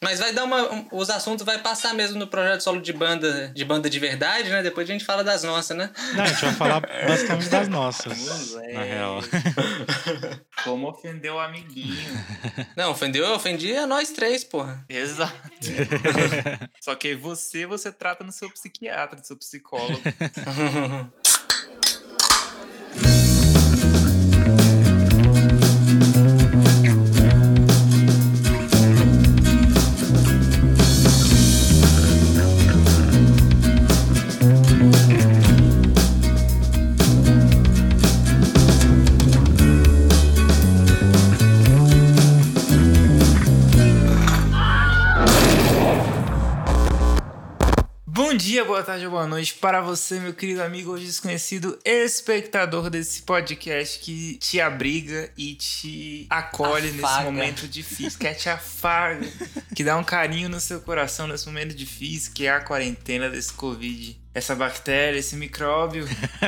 Mas vai dar os assuntos vai passar mesmo no projeto solo de banda de verdade, né? Depois a gente fala das nossas, né? Não, a gente vai falar basicamente das nossas, na real. Como ofender o amiguinho. Não, ofendi a nós três, porra. Exato. Só que você trata no seu psiquiatra, no seu psicólogo. Bom dia, boa tarde, boa noite para você, meu querido amigo, hoje desconhecido espectador desse podcast que te abriga e te acolhe nesse momento difícil, que te afaga, que dá um carinho no seu coração nesse momento difícil, que é a quarentena desse Covid, essa bactéria, esse micróbio.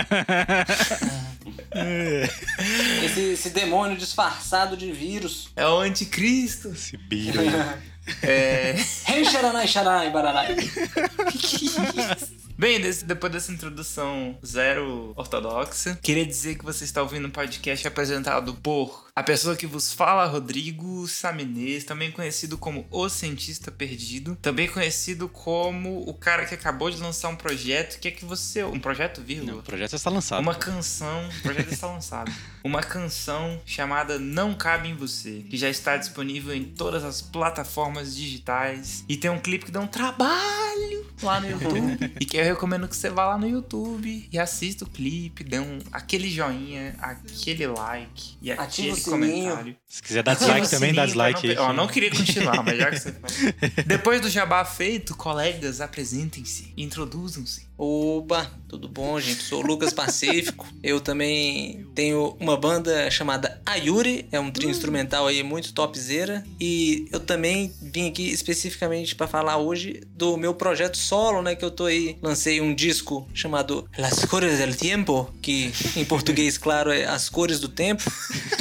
Esse demônio disfarçado de vírus. É o anticristo. Esse biro aí. Xaranai, xarai, bararai. Que isso? Bem, depois dessa introdução zero ortodoxa, queria dizer que você está ouvindo um podcast apresentado por a pessoa que vos fala, Rodrigo Saminês, também conhecido como O Cientista Perdido, também conhecido como o cara que acabou de lançar um projeto, que é que você... Um projeto, vírgula? Não, o projeto está lançado. Uma canção... O projeto está lançado. Uma canção chamada Não Cabe em Você, que já está disponível em todas as plataformas digitais. E tem um clipe que dá um trabalho lá no YouTube. E que eu recomendo que você vá lá no YouTube e assista o clipe, dê aquele joinha, aquele like e aquele comentário. Se quiser dar dislike também, dá dislike aí. Eu não queria continuar, mas já que você falou. Depois do jabá feito, colegas, apresentem-se, introduzam-se. Oba, tudo bom, gente? Sou o Lucas Pacífico. Eu também tenho uma banda chamada Ayuri, é um trio instrumental aí muito topzera. E eu também vim aqui especificamente para falar hoje do meu projeto solo, né? Que eu tô aí, lancei um disco chamado Las Cores del Tiempo, que em português, claro, é As Cores do Tempo. Que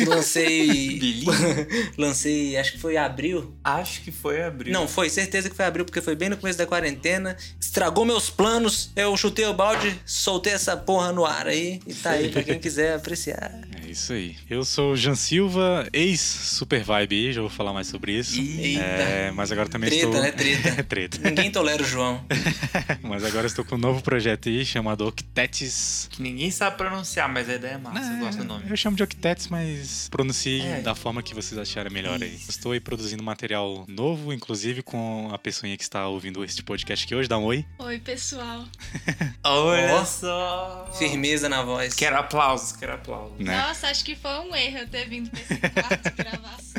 lancei, acho que foi abril. Acho que foi abril. Não, foi, certeza que foi abril, porque foi bem no começo da quarentena. Estragou meus planos. Eu chutei o balde, soltei essa porra no ar aí e tá aí pra quem quiser apreciar. É isso aí. Eu sou o Jean Silva, ex-Super Vibe aí, já vou falar mais sobre isso. Eita. Mas agora também treta, estou... né? Treta. Treta. Ninguém tolera o João. Mas agora estou com um novo projeto aí, chamado Octetes. Que ninguém sabe pronunciar, mas a ideia é massa, eu gosto do nome. Eu chamo de Octetes, mas pronuncie da forma que vocês acharem melhor aí. Estou aí produzindo material novo, inclusive com a pessoinha que está ouvindo este podcast aqui hoje. Dá um oi. Oi, pessoal. Olha só. Firmeza na voz. Quero aplausos. Né? Nossa, acho que foi um erro eu ter vindo pra esse quarto de gravação.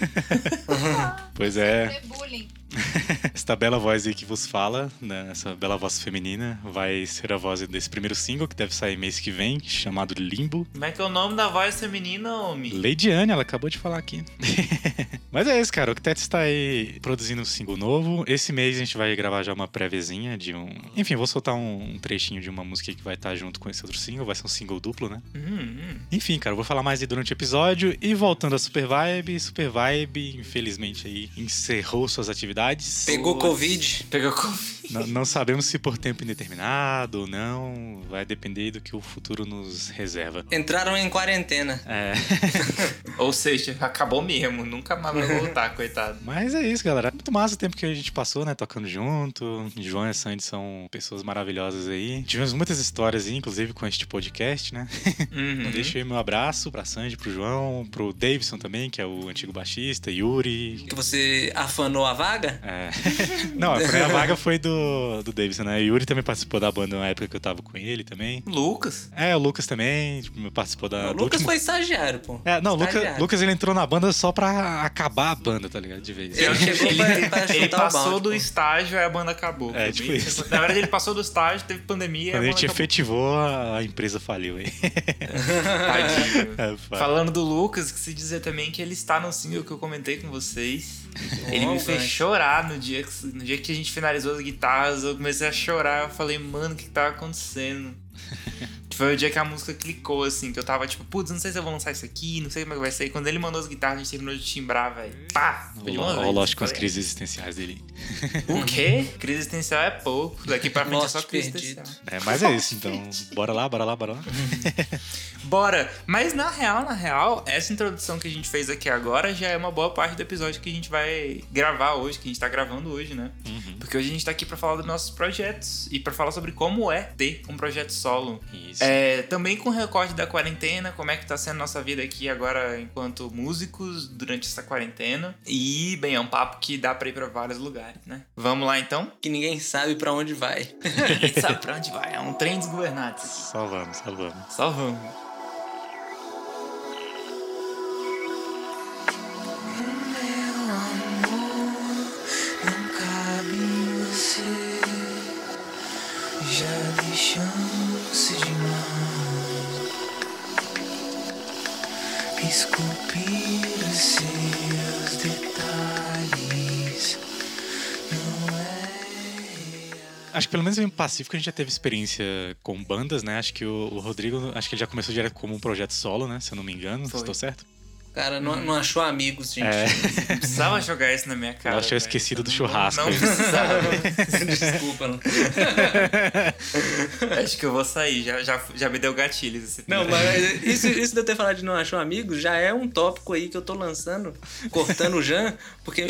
Pois é. Ter bullying. Esta bela voz aí que vos fala, né, essa bela voz feminina, vai ser a voz desse primeiro single que deve sair mês que vem, chamado Limbo. Como é que é o nome da voz feminina, homem? Lady Anne, ela acabou de falar aqui. Mas é isso, cara. O Octetes está aí produzindo um single novo. Esse mês a gente vai gravar já uma préviazinha de um... Enfim, vou soltar um trechinho de uma música que vai estar junto com esse outro single. Vai ser um single duplo, né? Enfim, cara, eu vou falar mais aí durante o episódio. E voltando a Super Vibe, infelizmente aí, encerrou suas atividades. Pegou Covid. Não sabemos se por tempo indeterminado ou não. Vai depender do que o futuro nos reserva. Entraram em quarentena. Ou seja, acabou mesmo. Nunca mais vai voltar, coitado. Mas é isso, galera. Muito massa o tempo que a gente passou, né? Tocando junto. João e a Sandy são pessoas maravilhosas aí. Tivemos muitas histórias aí, inclusive com este podcast, né? Deixa aí meu abraço pra Sandy, pro João, pro Davidson também, que é o antigo baixista, Yuri. Que você afanou a vaga? Não, a vaga foi do Davidson, né? O Yuri também participou da banda na época que eu tava com ele também. Lucas? O Lucas também participou da... O Lucas foi estagiário, pô. O Lucas ele entrou na banda só pra acabar a banda, tá ligado? De vez. Ele passou do estágio e a banda acabou. Tipo isso. Na verdade, ele passou do estágio, teve pandemia. Quando a gente efetivou, a empresa faliu aí. Tadinho. Falando do Lucas, que se dizer também que ele está no single que eu comentei com vocês. Ele me fez chorar no dia que a gente finalizou as guitarras. Eu comecei a chorar. Eu falei, mano, o que tava acontecendo? Foi o dia que a música clicou, assim, que eu tava tipo, putz, não sei se eu vou lançar isso aqui, não sei como é que vai ser. E quando ele mandou as guitarras, a gente terminou de timbrar, velho. Pá! Foi de uma vez. Lógico, com as Falei, crises existenciais dele. O quê? Crise existencial é pouco. Daqui pra frente é só Lost crise perdido. existencial. Mas é isso, então. Bora lá. Bora! Mas na real, essa introdução que a gente fez aqui agora já é uma boa parte do episódio que a gente vai gravar hoje, que a gente tá gravando hoje, né? Porque hoje a gente tá aqui pra falar dos nossos projetos e pra falar sobre como é ter um projeto solo. Isso. Também com o recorte da quarentena, como é que tá sendo nossa vida aqui agora enquanto músicos durante essa quarentena. E, bem, é um papo que dá pra ir pra vários lugares, né? Vamos lá, então? Que ninguém sabe pra onde vai. Ninguém sabe pra onde vai. É um trem desgovernado isso aqui. Só vamos. Só vamos. Já deixamos demais esculpir os seus detalhes. Não é. Acho que pelo menos em Pacífico a gente já teve experiência com bandas, né? Acho que o Rodrigo, acho que ele já começou direto como um projeto solo, né? Se eu não me engano, Foi. estou certo? Cara, não achou amigos, gente. Não precisava jogar isso na minha cara. Eu acho que eu velho. esquecido do churrasco. Não precisava. Desculpa, não. Acho que eu vou sair. Já me deu gatilhos esse Não, episódio. mas isso de eu ter falado de não achou amigos já é um tópico aí que eu tô lançando, cortando o Jan, porque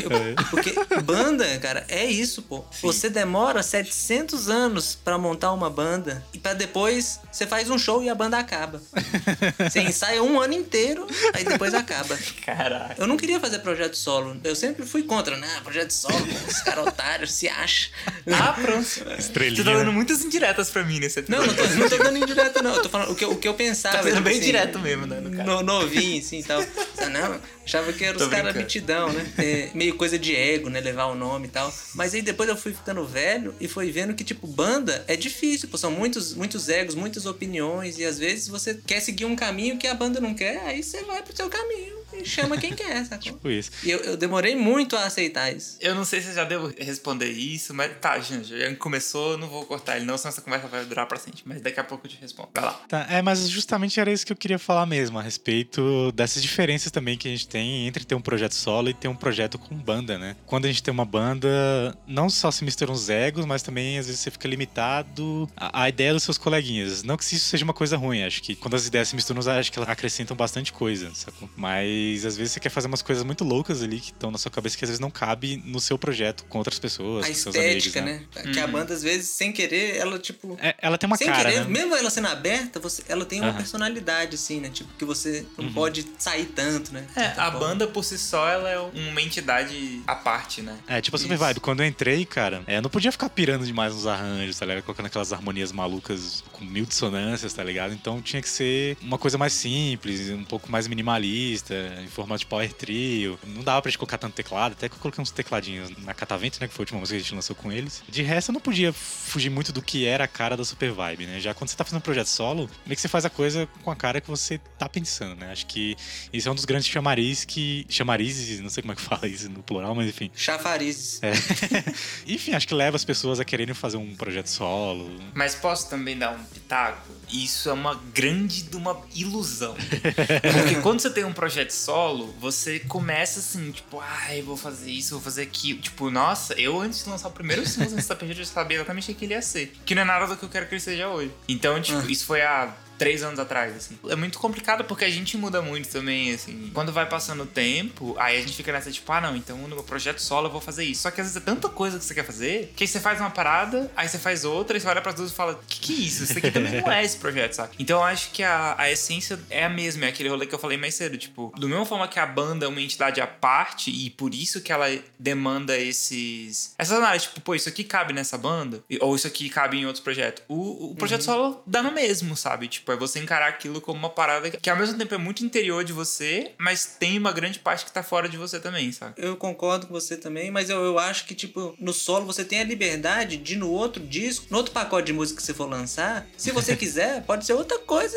banda, cara, é isso, pô. Você demora 700 anos pra montar uma banda e pra depois você faz um show e a banda acaba. Você ensaia um ano inteiro, aí depois acaba. Caraca. Eu não queria fazer projeto solo. Eu sempre fui contra, né? Projeto solo, pô, os caras otários se acham. Ah, pronto. Estrelinha. Você tá dando muitas indiretas pra mim nesse episódio. Não tô dando indireta, não. Eu tô falando o que eu pensava. Tá sendo tipo bem assim, direto mesmo, né, no cara. Novinho, assim, e tal. Não, achava que eram Tô os caras brincando. mitidão, né? Meio coisa de ego, né? Levar o nome e tal. Mas aí depois eu fui ficando velho e fui vendo que, tipo, banda é difícil, pô. São muitos egos, muitas opiniões. E às vezes você quer seguir um caminho que a banda não quer, aí você vai pro seu caminho e chama quem quer, sacou? Tipo isso. E eu demorei muito a aceitar isso. Eu não sei se eu já devo responder isso, mas tá, gente, já começou, eu não vou cortar ele não, senão essa conversa vai durar pra sempre. Mas daqui a pouco eu te respondo. Vai lá. Tá, mas justamente era isso que eu queria falar mesmo, a respeito dessas diferenças também que a gente tem entre ter um projeto solo e ter um projeto com banda, né? Quando a gente tem uma banda, não só se misturam os egos, mas também às vezes você fica limitado à ideia dos seus coleguinhas. Não que isso seja uma coisa ruim, acho que quando as ideias se misturam, acho que elas acrescentam bastante coisa, sacou? Mas às vezes você quer fazer umas coisas muito loucas ali que estão na sua cabeça que às vezes não cabe no seu projeto com outras pessoas, A com seus amigos, estética, né? Que a banda, às vezes, sem querer, ela, tipo... Ela tem uma sem cara, querer, né? mesmo ela sendo aberta, ela tem uma Aham. personalidade, assim, né? Tipo, que você não pode sair tanto, né? De certa A forma. banda por si só, ela é uma entidade à parte, né? Tipo a Super Isso. Vibe. Quando eu entrei, cara, eu não podia ficar pirando demais nos arranjos, tá ligado? Colocando aquelas harmonias malucas com 1000 dissonâncias, tá ligado? Então tinha que ser uma coisa mais simples, um pouco mais minimalista, em formato de power trio. Não dava pra gente colocar tanto teclado, até que eu coloquei uns tecladinhos na Catavento, né? Que foi a última música que a gente lançou com eles. De resto, eu não podia fugir muito do que era a cara da Super Vibe, né? Já quando você tá fazendo um projeto solo, meio que você faz a coisa com a cara que você tá pensando, né? Acho que isso é um dos grandes chamarizes, não sei como é que fala isso no plural, mas enfim. Chafarizes. Enfim, acho que leva as pessoas a quererem fazer um projeto solo. Mas posso também dar um pitaco? Isso é uma grande de uma ilusão. Porque quando você tem um projeto solo, você começa assim, tipo, vou fazer isso, vou fazer aquilo. Tipo, nossa, eu antes de lançar o primeiro single do Tapete, eu já sabia exatamente o que ele ia ser. Que não é nada do que eu quero que ele seja hoje. Então, tipo, isso foi há 3 anos atrás, assim. É muito complicado porque a gente muda muito também, assim. Quando vai passando o tempo, aí a gente fica nessa, tipo, não, então no meu projeto solo eu vou fazer isso. Só que às vezes é tanta coisa que você quer fazer, que aí você faz uma parada, aí você faz outra, e você olha pras duas e fala, que é isso? Isso aqui também não é esse projeto, sabe? Então eu acho que a essência é a mesma, é aquele rolê que eu falei mais cedo, tipo, do mesma forma que a banda é uma entidade à parte, e por isso que ela demanda essas análises, tipo, pô, isso aqui cabe nessa banda, ou isso aqui cabe em outros projetos. O projeto solo dá no mesmo, sabe? Tipo, é você encarar aquilo como uma parada que ao mesmo tempo é muito interior de você, mas tem uma grande parte que tá fora de você também, sabe? Eu concordo com você também, mas eu acho que, tipo, no solo você tem a liberdade de, no outro disco, no outro pacote de música que você for lançar, se você quiser, pode ser outra coisa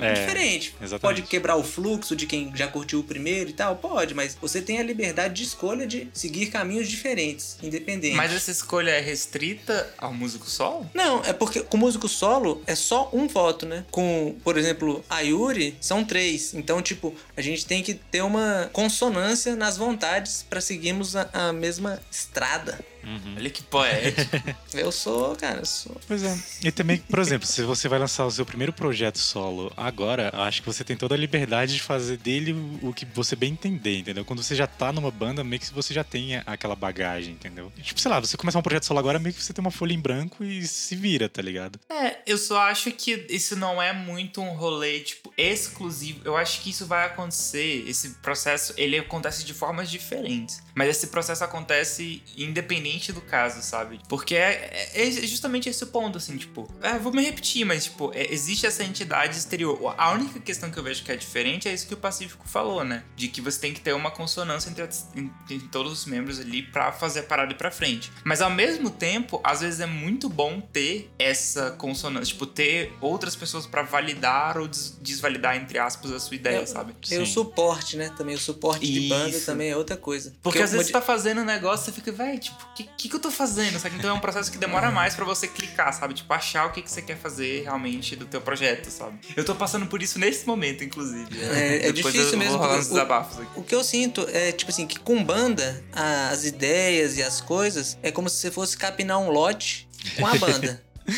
diferente. exatamente. Pode quebrar o fluxo de quem já curtiu o primeiro e tal, pode, mas você tem a liberdade de escolha de seguir caminhos diferentes, independentes. Mas essa escolha é restrita ao músico solo? Não, é porque com músico solo é só um voto, né? Com, por exemplo, a Yuri, são 3. Então, tipo, a gente tem que ter uma consonância nas vontades pra seguirmos a mesma estrada. Olha que poético. Eu sou, cara, eu sou... Pois é. E também, por exemplo, se você vai lançar o seu primeiro projeto solo agora, eu acho que você tem toda a liberdade de fazer dele o que você bem entender, entendeu? Quando você já tá numa banda, meio que você já tem aquela bagagem, entendeu? Tipo, sei lá, você começar um projeto solo agora, meio que você tem uma folha em branco e se vira, tá ligado? Eu só acho que isso não é muito um rolê, tipo, exclusivo. Eu acho que isso vai acontecer, esse processo, ele acontece de formas diferentes. Mas esse processo acontece independente do caso, sabe? Porque é justamente esse o ponto, assim, tipo... vou me repetir, mas, tipo, existe essa entidade exterior. A única questão que eu vejo que é diferente é isso que o Pacífico falou, né? De que você tem que ter uma consonância entre todos os membros ali pra fazer a parada ir pra frente. Mas, ao mesmo tempo, às vezes é muito bom ter essa consonância. Tipo, ter outras pessoas pra validar ou desvalidar, entre aspas, a sua ideia, sabe? Tem o suporte, né? Também o suporte de banda também é outra coisa. Porque às vezes você tá fazendo um negócio e você fica, véi, tipo, o que eu tô fazendo? Sabe? Então é um processo que demora mais pra você clicar, sabe? Tipo, achar o que você quer fazer realmente do teu projeto, sabe? Eu tô passando por isso nesse momento, inclusive. É difícil mesmo. Vou os desabafos aqui. O que eu sinto é, tipo assim, que com banda, as ideias e as coisas é como se você fosse capinar um lote com a banda.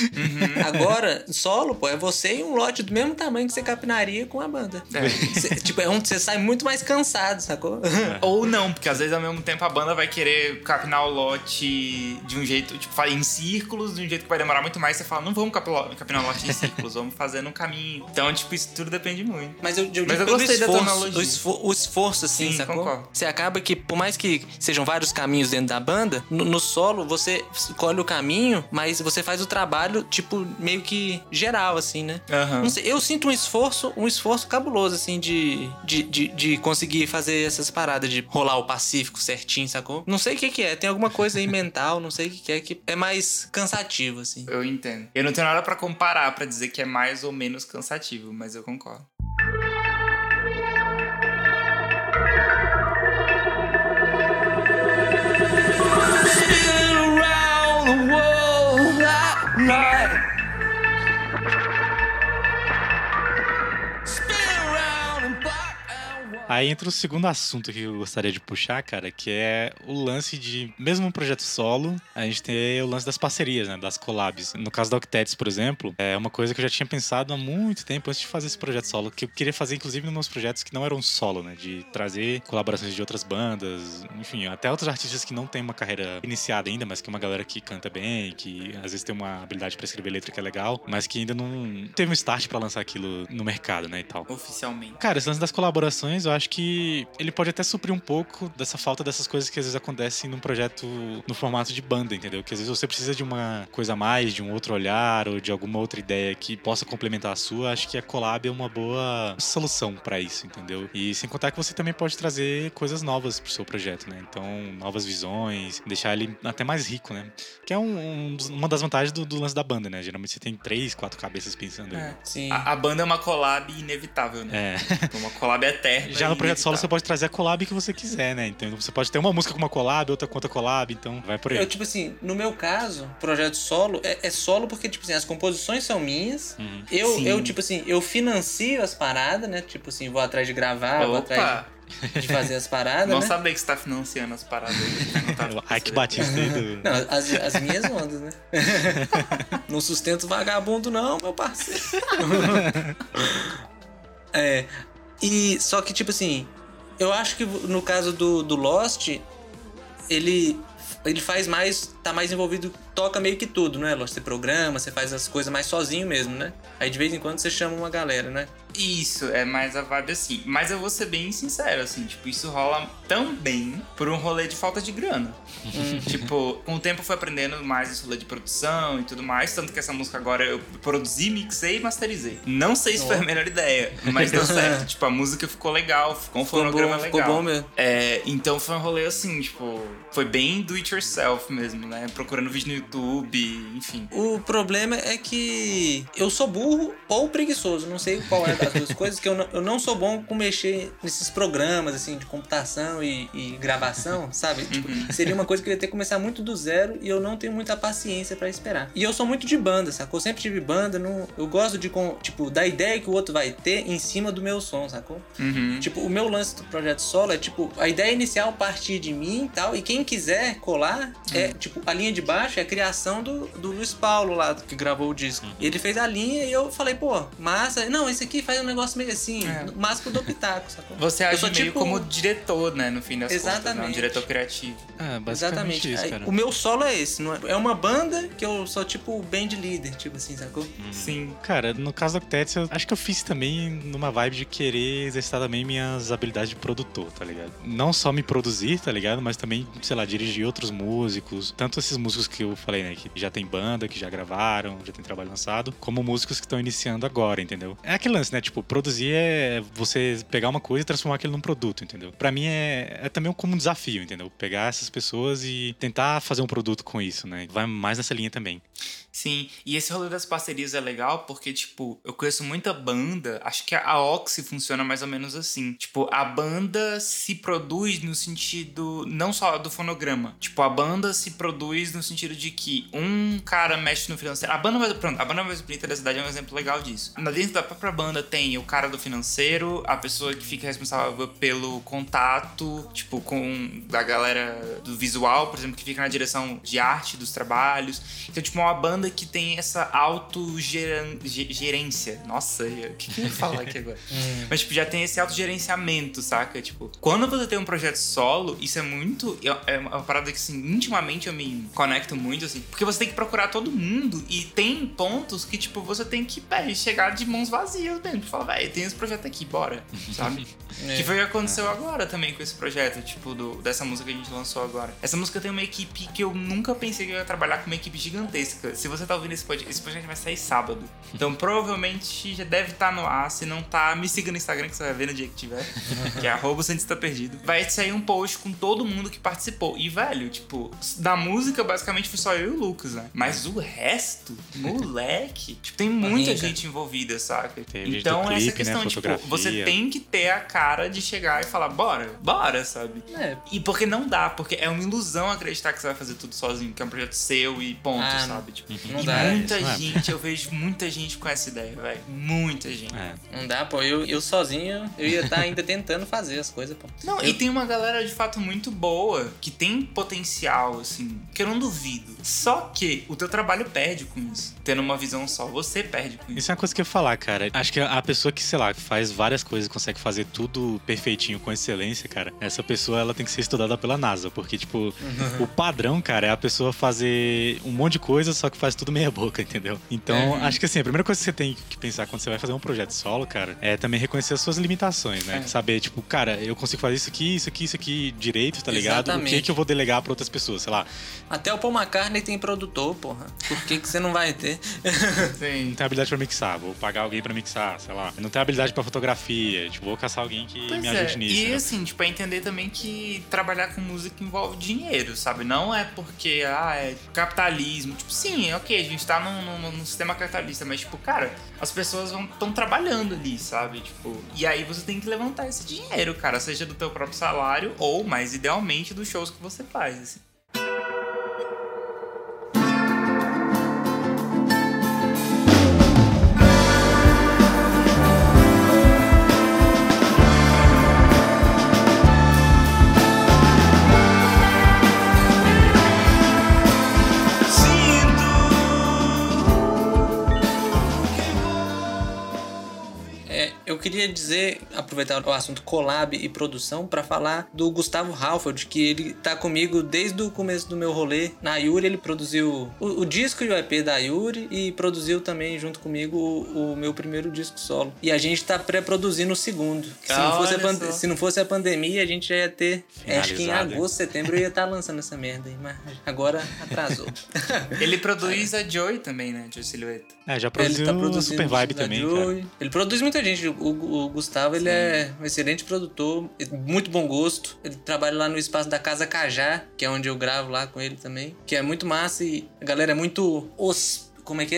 Agora, solo, pô, é você e um lote do mesmo tamanho que você capinaria com a banda. Tipo, é onde você sai muito mais cansado, sacou? Ou não, porque às vezes ao mesmo tempo a banda vai querer capinar o lote de um jeito, tipo, em círculos, de um jeito que vai demorar muito mais. Você fala, não vamos capinar o lote em círculos, vamos fazer no caminho. Então, tipo, isso tudo depende muito. Mas eu digo eu gostei da tua analogia. O esforço, assim, Sim, sacou? concordo. Você acaba que, por mais que sejam vários caminhos dentro da banda, no solo você escolhe o caminho, mas você faz o trabalho, tipo, meio que geral, assim, né? Não sei, eu sinto um esforço cabuloso, assim, de conseguir fazer essas paradas, de rolar o Pacífico certinho, sacou? Não sei o que é, tem alguma coisa aí mental, não sei o que é, que é mais cansativo, assim. Eu entendo. Eu não tenho nada pra comparar, pra dizer que é mais ou menos cansativo, mas eu concordo. Aí entra o segundo assunto que eu gostaria de puxar, cara, que é o lance de, mesmo um projeto solo, a gente tem o lance das parcerias, né, das collabs. No caso da Octetes, por exemplo, é uma coisa que eu já tinha pensado há muito tempo antes de fazer esse projeto solo, que eu queria fazer, inclusive, nos meus projetos que não eram solo, né, de trazer colaborações de outras bandas, enfim, até outros artistas que não têm uma carreira iniciada ainda, mas que é uma galera que canta bem, que às vezes tem uma habilidade pra escrever letra que é legal, mas que ainda não teve um start pra lançar aquilo no mercado, né, e tal. Oficialmente. Cara, esse lance das colaborações, eu acho que ele pode até suprir um pouco dessa falta dessas coisas que às vezes acontecem num projeto no formato de banda, entendeu? Que às vezes você precisa de uma coisa a mais, de um outro olhar ou de alguma outra ideia que possa complementar a sua. Acho que a collab é uma boa solução pra isso, entendeu? E sem contar que você também pode trazer coisas novas pro seu projeto, né? Então, novas visões, deixar ele até mais rico, né? Que é uma das vantagens do lance da banda, né? Geralmente você tem 3, 4 cabeças pensando. Sim. A banda é uma collab inevitável, né? Uma collab eterna. Já no projeto solo você pode trazer a collab que você quiser, né? Então você pode ter uma música com uma collab, outra com outra collab, então vai por aí. Eu, tipo assim, no meu caso, projeto solo é solo porque, tipo assim, as composições são minhas. Eu, tipo assim, eu financio as paradas, né? Tipo assim, vou atrás de gravar, vou atrás de fazer as paradas, Não né? saber que você tá financiando as paradas. Ai, que batista aí Não, as minhas ondas, né? Não sustento vagabundo não, meu parceiro. E só que, tipo assim, eu acho que no caso do Lost, ele faz mais, tá mais envolvido, toca meio que tudo, né? Lost, você programa, você faz as coisas mais sozinho mesmo, né? Aí de vez em quando você chama uma galera, né? Isso, é mais a vibe assim. Mas eu vou ser bem sincero, assim, tipo, isso rola também por um rolê de falta de grana. Tipo, com o tempo eu fui aprendendo mais esse rolê de produção e tudo mais, tanto que essa música agora eu produzi, mixei e masterizei. Não sei se foi a melhor ideia, mas deu certo. Tipo, a música ficou legal, ficou um fonograma legal. Ficou bom mesmo. Então foi um rolê assim, tipo, foi bem do it yourself mesmo, né? Procurando vídeo no YouTube, enfim. O problema é que eu sou burro ou preguiçoso, não sei qual é as duas coisas, que eu não sou bom com mexer nesses programas, assim, de computação e gravação, sabe? Tipo, seria uma coisa que eu ia ter que começar muito do zero e eu não tenho muita paciência pra esperar. E eu sou muito de banda, sacou? Eu sempre tive banda, eu gosto de, tipo, da ideia que o outro vai ter em cima do meu som, sacou? Tipo, o meu lance do projeto solo é, tipo, a ideia inicial partir de mim e tal, e quem quiser colar, tipo, a linha de baixo é a criação do Luiz Paulo lá, que gravou o disco. Ele fez a linha e eu falei, pô, massa. Não, esse aqui faz um negócio meio assim, massa pro do pitaco, sacou? Você eu age sou, meio tipo, como diretor, né, no fim das contas, né? Um diretor criativo. Basicamente exatamente. isso, cara. O meu solo é esse, não é uma banda que eu sou, tipo, band leader, tipo assim, sacou? Sim. Cara, no caso do Octets, eu acho que eu fiz também numa vibe de querer exercitar também minhas habilidades de produtor, tá ligado? Não só me produzir, tá ligado? Mas também, sei lá, dirigir outros músicos. Tanto esses músicos que eu falei, né? Que já tem banda, que já gravaram, já tem trabalho lançado, como músicos que estão iniciando agora, entendeu? É aquele lance, né? Tipo, produzir é você pegar uma coisa e transformar aquilo num produto, entendeu? Pra mim é também como um desafio, entendeu? Pegar essas pessoas e tentar fazer um produto com isso, né? Vai mais nessa linha também. Sim, e esse rolê das parcerias é legal porque, tipo, eu conheço muita banda, acho que a Oxy funciona mais ou menos assim. Tipo, a banda se produz no sentido, não só do fonograma. Tipo, a banda se produz no sentido de que um cara mexe no financeiro. A banda mais bonita da cidade é um exemplo legal disso. Dentro da própria banda tem o cara do financeiro, a pessoa que fica responsável pelo contato, tipo, com da galera do visual, por exemplo, que fica na direção de arte dos trabalhos. Então, tipo, uma banda que tem essa autogerência. Nossa, o que eu ia falar aqui agora? Mas, tipo, já tem esse autogerenciamento, saca? Tipo, quando você tem um projeto solo, isso é muito... É uma parada que, assim, intimamente eu me conecto muito, assim. Porque você tem que procurar todo mundo e tem pontos que, tipo, você tem que, chegar de mãos vazias mesmo. Falar, tem esse projeto aqui, bora, sabe? Que foi o que aconteceu agora também com esse projeto, tipo, dessa música que a gente lançou agora. Essa música tem uma equipe que eu nunca pensei que eu ia trabalhar com uma equipe gigantesca. Se você tá ouvindo esse podcast vai sair sábado. Então provavelmente já deve estar no ar. Se não tá, me siga no Instagram que você vai ver no dia que tiver. Que é @cientista-perdido. Vai sair um post com todo mundo que participou. E, velho, tipo, da música basicamente foi só eu e o Lucas, né? Mas o resto, moleque, tipo, tem muita gente envolvida, saca? Então essa questão, né? Tipo, você tem que ter a cara de chegar e falar, bora, sabe? E porque não dá, porque é uma ilusão acreditar que você vai fazer tudo sozinho, que é um projeto seu e ponto, sabe? Tipo, não e dá, muita gente, eu vejo muita gente com essa ideia, velho. Muita gente. Não dá, pô. Eu sozinho, eu ia estar ainda tentando fazer as coisas, pô. Não, e tem uma galera de fato muito boa, que tem potencial, assim, que eu não duvido. Só que o teu trabalho perde com isso. Tendo uma visão só, você perde com isso. Isso é uma coisa que eu ia falar, cara. Acho que a pessoa que, sei lá, faz várias coisas, consegue fazer tudo perfeitinho, com excelência, cara, essa pessoa, ela tem que ser estudada pela NASA, porque, tipo, o padrão, cara, é a pessoa fazer um monte de coisa, só que faz tudo meia boca, entendeu? Então, acho que assim, a primeira coisa que você tem que pensar quando você vai fazer um projeto solo, cara, é também reconhecer as suas limitações, né? Saber, tipo, cara, eu consigo fazer isso aqui direito, tá ligado? Exatamente. O que eu vou delegar pra outras pessoas, sei lá. Até o Paul McCartney tem produtor, porra. Por que você não vai ter? Sim. Não tem habilidade pra mixar, vou pagar alguém pra mixar, sei lá. Não tem habilidade pra fotografia, tipo, vou caçar alguém que me ajude nisso. E né? assim, tipo, é entender também que trabalhar com música envolve dinheiro, sabe? Não é porque, é capitalismo. Tipo, sim, ok, a gente tá num sistema capitalista, mas, tipo, cara, as pessoas estão trabalhando ali, sabe? Tipo, e aí você tem que levantar esse dinheiro, cara, seja do teu próprio salário ou, mais idealmente, dos shows que você faz, assim. Eu queria dizer, aproveitar o assunto collab e produção pra falar do Gustavo Halford, que ele tá comigo desde o começo do meu rolê. Na Yuri ele produziu o disco e o EP da Yuri e produziu também junto comigo o meu primeiro disco solo. E a gente tá pré-produzindo o segundo. Se não fosse a pandemia, a gente já ia ter, acho que em agosto, setembro eu ia estar lançando essa merda aí, mas agora atrasou. Ele produz a Joy também, né? Joy Silhueta. Já produziu o Super Vibe também, cara. Ele produz muita gente. O Gustavo, ele é um excelente produtor, muito bom gosto. Ele trabalha lá no espaço da Casa Cajá, que é onde eu gravo lá com ele também, que é muito massa e a galera é muito... Como é que é?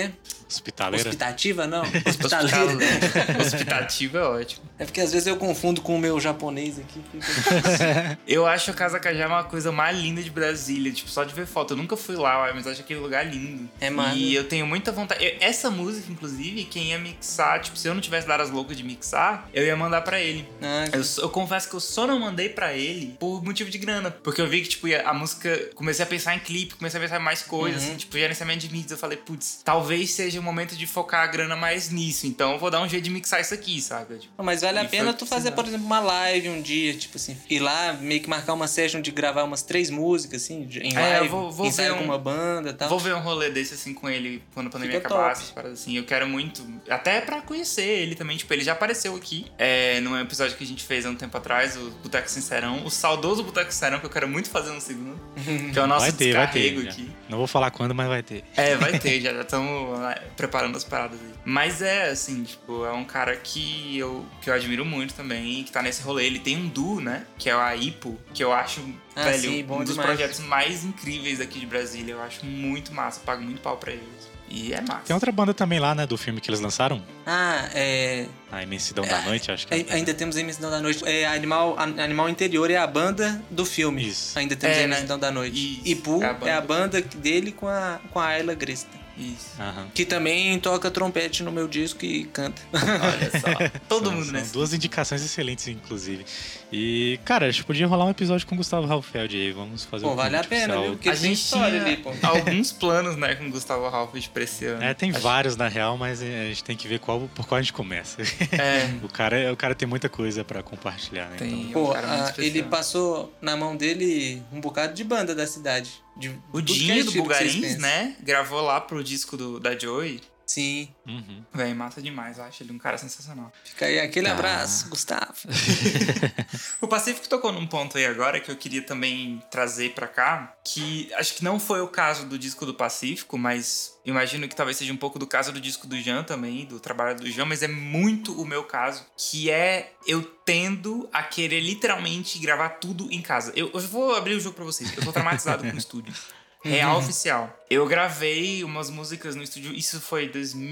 Hospitaleira? Hospitativa, não? Hospital... Hospitaleira. Hospitativo é ótimo. É porque às vezes eu confundo com o meu japonês aqui. Fica... Eu acho a Casa Cajá uma coisa mais linda de Brasília. Tipo, só de ver foto. Eu nunca fui lá, mas acho aquele lugar lindo. É mano. E eu tenho muita vontade. Essa música, inclusive, quem ia mixar, tipo, se eu não tivesse dado as loucas de mixar, eu ia mandar pra ele. Eu confesso que eu só não mandei pra ele por motivo de grana. Porque eu vi que, tipo, a música... Comecei a pensar em clipe, comecei a pensar em mais coisas, assim, tipo, gerenciamento de mídias. Eu falei, putz, talvez seja o momento de focar a grana mais nisso. Então eu vou dar um jeito de mixar isso aqui, sabe? Tipo, mas vale a pena tu fazer, por exemplo, uma live um dia, tipo assim, ir lá, meio que marcar uma session de gravar umas 3 músicas, assim, em live, eu vou ensaio ver com uma banda e tal. Vou ver um rolê desse, assim, com ele quando a pandemia Fica acabar, top. essas paradas assim. Eu quero muito, até pra conhecer ele também, tipo, ele já apareceu aqui, num episódio que a gente fez há um tempo atrás, o Boteco Sincerão, o saudoso Boteco Sincerão, que eu quero muito fazer no segundo, que é o nosso Vai ter aqui. Não vou falar quando, mas vai ter. Vai ter, já estamos preparando as paradas aí. Mas assim, tipo, é um cara que eu admiro muito também, que tá nesse rolê. Ele tem um duo, né? Que é a Ipo, que eu acho, velho, sim, bom um dos demais. projetos mais incríveis aqui de Brasília. Eu acho muito massa, eu pago muito pau pra eles. E é massa. Tem outra banda também lá, né, do filme que eles lançaram. A Imensidão da Noite, acho que ainda temos a Imensidão da Noite. Animal Interior é a banda do filme. Isso. Ainda temos a Imensidão da Noite. Isso, E Pooh é a banda dele com a Ayla Grista. Isso. Que também toca trompete no meu disco e canta. Olha só. Todo mundo São nesse. 2 indicações excelentes, inclusive. E, cara, acho que podia rolar um episódio com o Gustavo Ralfeld aí. Vamos fazer um vale a convite pena, oficial. viu? Porque A tem gente história tinha ali, pô. alguns planos, né, com o Gustavo Ralph pra esse ano. Tem vários, na real, mas a gente tem que ver por qual a gente começa. O cara tem muita coisa pra compartilhar, né? Tem. Então, Pô, um cara muito especial. ele passou na mão dele um bocado de banda da cidade. O Dinho do Bulgarins, né? Gravou lá pro disco da Joey. Sim. Véi, massa demais, eu acho ele um cara sensacional. Fica aí aquele abraço, Gustavo. O Pacífico tocou num ponto aí agora que eu queria também trazer pra cá, que acho que não foi o caso do disco do Pacífico, mas imagino que talvez seja um pouco do caso do disco do Jean também, do trabalho do Jean, mas é muito o meu caso, que é eu tendo a querer literalmente gravar tudo em casa. Eu vou abrir o jogo pra vocês, eu tô traumatizado com o estúdio. Real oficial. Eu gravei umas músicas no estúdio, isso foi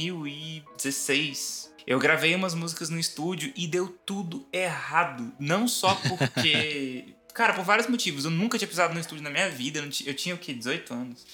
2016. Eu gravei umas músicas no estúdio e deu tudo errado. Não só porque... Cara, por vários motivos. Eu nunca tinha pisado no estúdio na minha vida. Eu tinha o quê? 18 anos.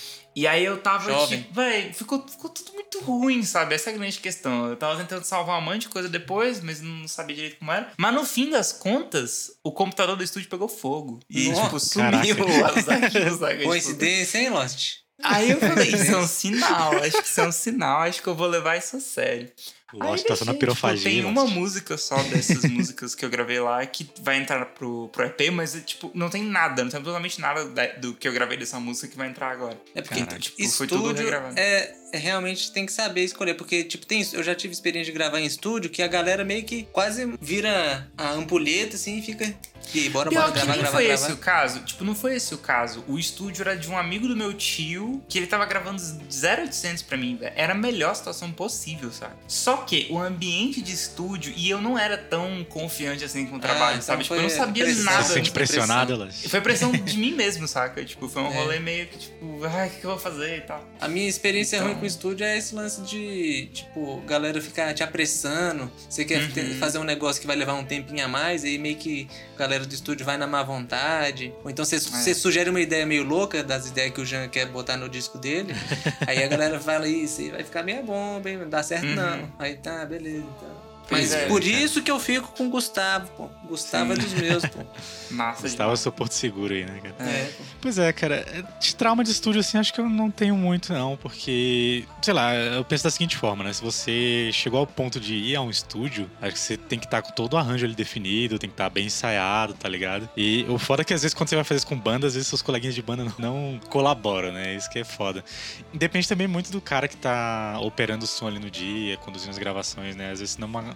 E aí eu tava, jovem. tipo, véi, ficou tudo muito ruim, sabe? Essa é a grande questão. Eu tava tentando salvar um monte de coisa depois, mas não sabia direito como era. Mas no fim das contas, o computador do estúdio pegou fogo. E, tipo, sumiu os arquivos, sabe? Coincidência, hein, Lost? Aí eu falei, isso é um sinal. Acho que isso é um sinal. Acho que eu vou levar isso a sério. Lost tá sendo a pirofagia. Tipo, tem uma música só dessas músicas que eu gravei lá que vai entrar pro EP, mas tipo, não tem nada, não tem absolutamente nada do que eu gravei dessa música que vai entrar agora. É porque então, tipo, foi tudo estúdio regravado. realmente tem que saber escolher, porque tipo, eu já tive experiência de gravar em estúdio que a galera meio que quase vira a ampulheta assim e fica... E aí, bora Pior que gravar, nem gravar, foi gravar. esse o caso. Tipo, não foi esse o caso. O estúdio era de um amigo do meu tio, que ele tava gravando 0800 pra mim, velho. Era a melhor situação possível, sabe? Só que o ambiente de estúdio, e eu não era tão confiante assim com o trabalho, então sabe? Tipo, eu não foi sabia pressão. nada. Você se sente pressionado, Elas? Foi pressão de mim mesmo, saca? Tipo, foi um rolê meio que, tipo, ai, o que eu vou fazer e tal. A minha experiência Então- ruim com o estúdio é esse lance de, tipo, galera ficar te apressando. Você quer fazer um negócio que vai levar um tempinho a mais, aí meio que a galera do estúdio vai na má vontade. Ou então você sugere uma ideia meio louca das ideias que o Jean quer botar no disco dele. Aí a galera fala, isso aí vai ficar meia bomba, hein? Não dá certo não. Aí tá, beleza, então. Mas é, por cara. isso que eu fico com o Gustavo, pô. Gustavo é dos meus, pô. Massa Gustavo é o seu porto seguro aí, né, cara? Pô. Pois é, cara, de trauma de estúdio, assim, acho que eu não tenho muito, não, porque, sei lá, eu penso da seguinte forma, né? Se você chegou ao ponto de ir a um estúdio, acho que você tem que estar com todo o arranjo ali definido, tem que estar bem ensaiado, tá ligado? E o foda é que às vezes quando você vai fazer isso com banda, às vezes seus coleguinhas de banda não colaboram, né? Isso que é foda. Depende também muito do cara que tá operando o som ali no dia, conduzindo as gravações, né? Às vezes não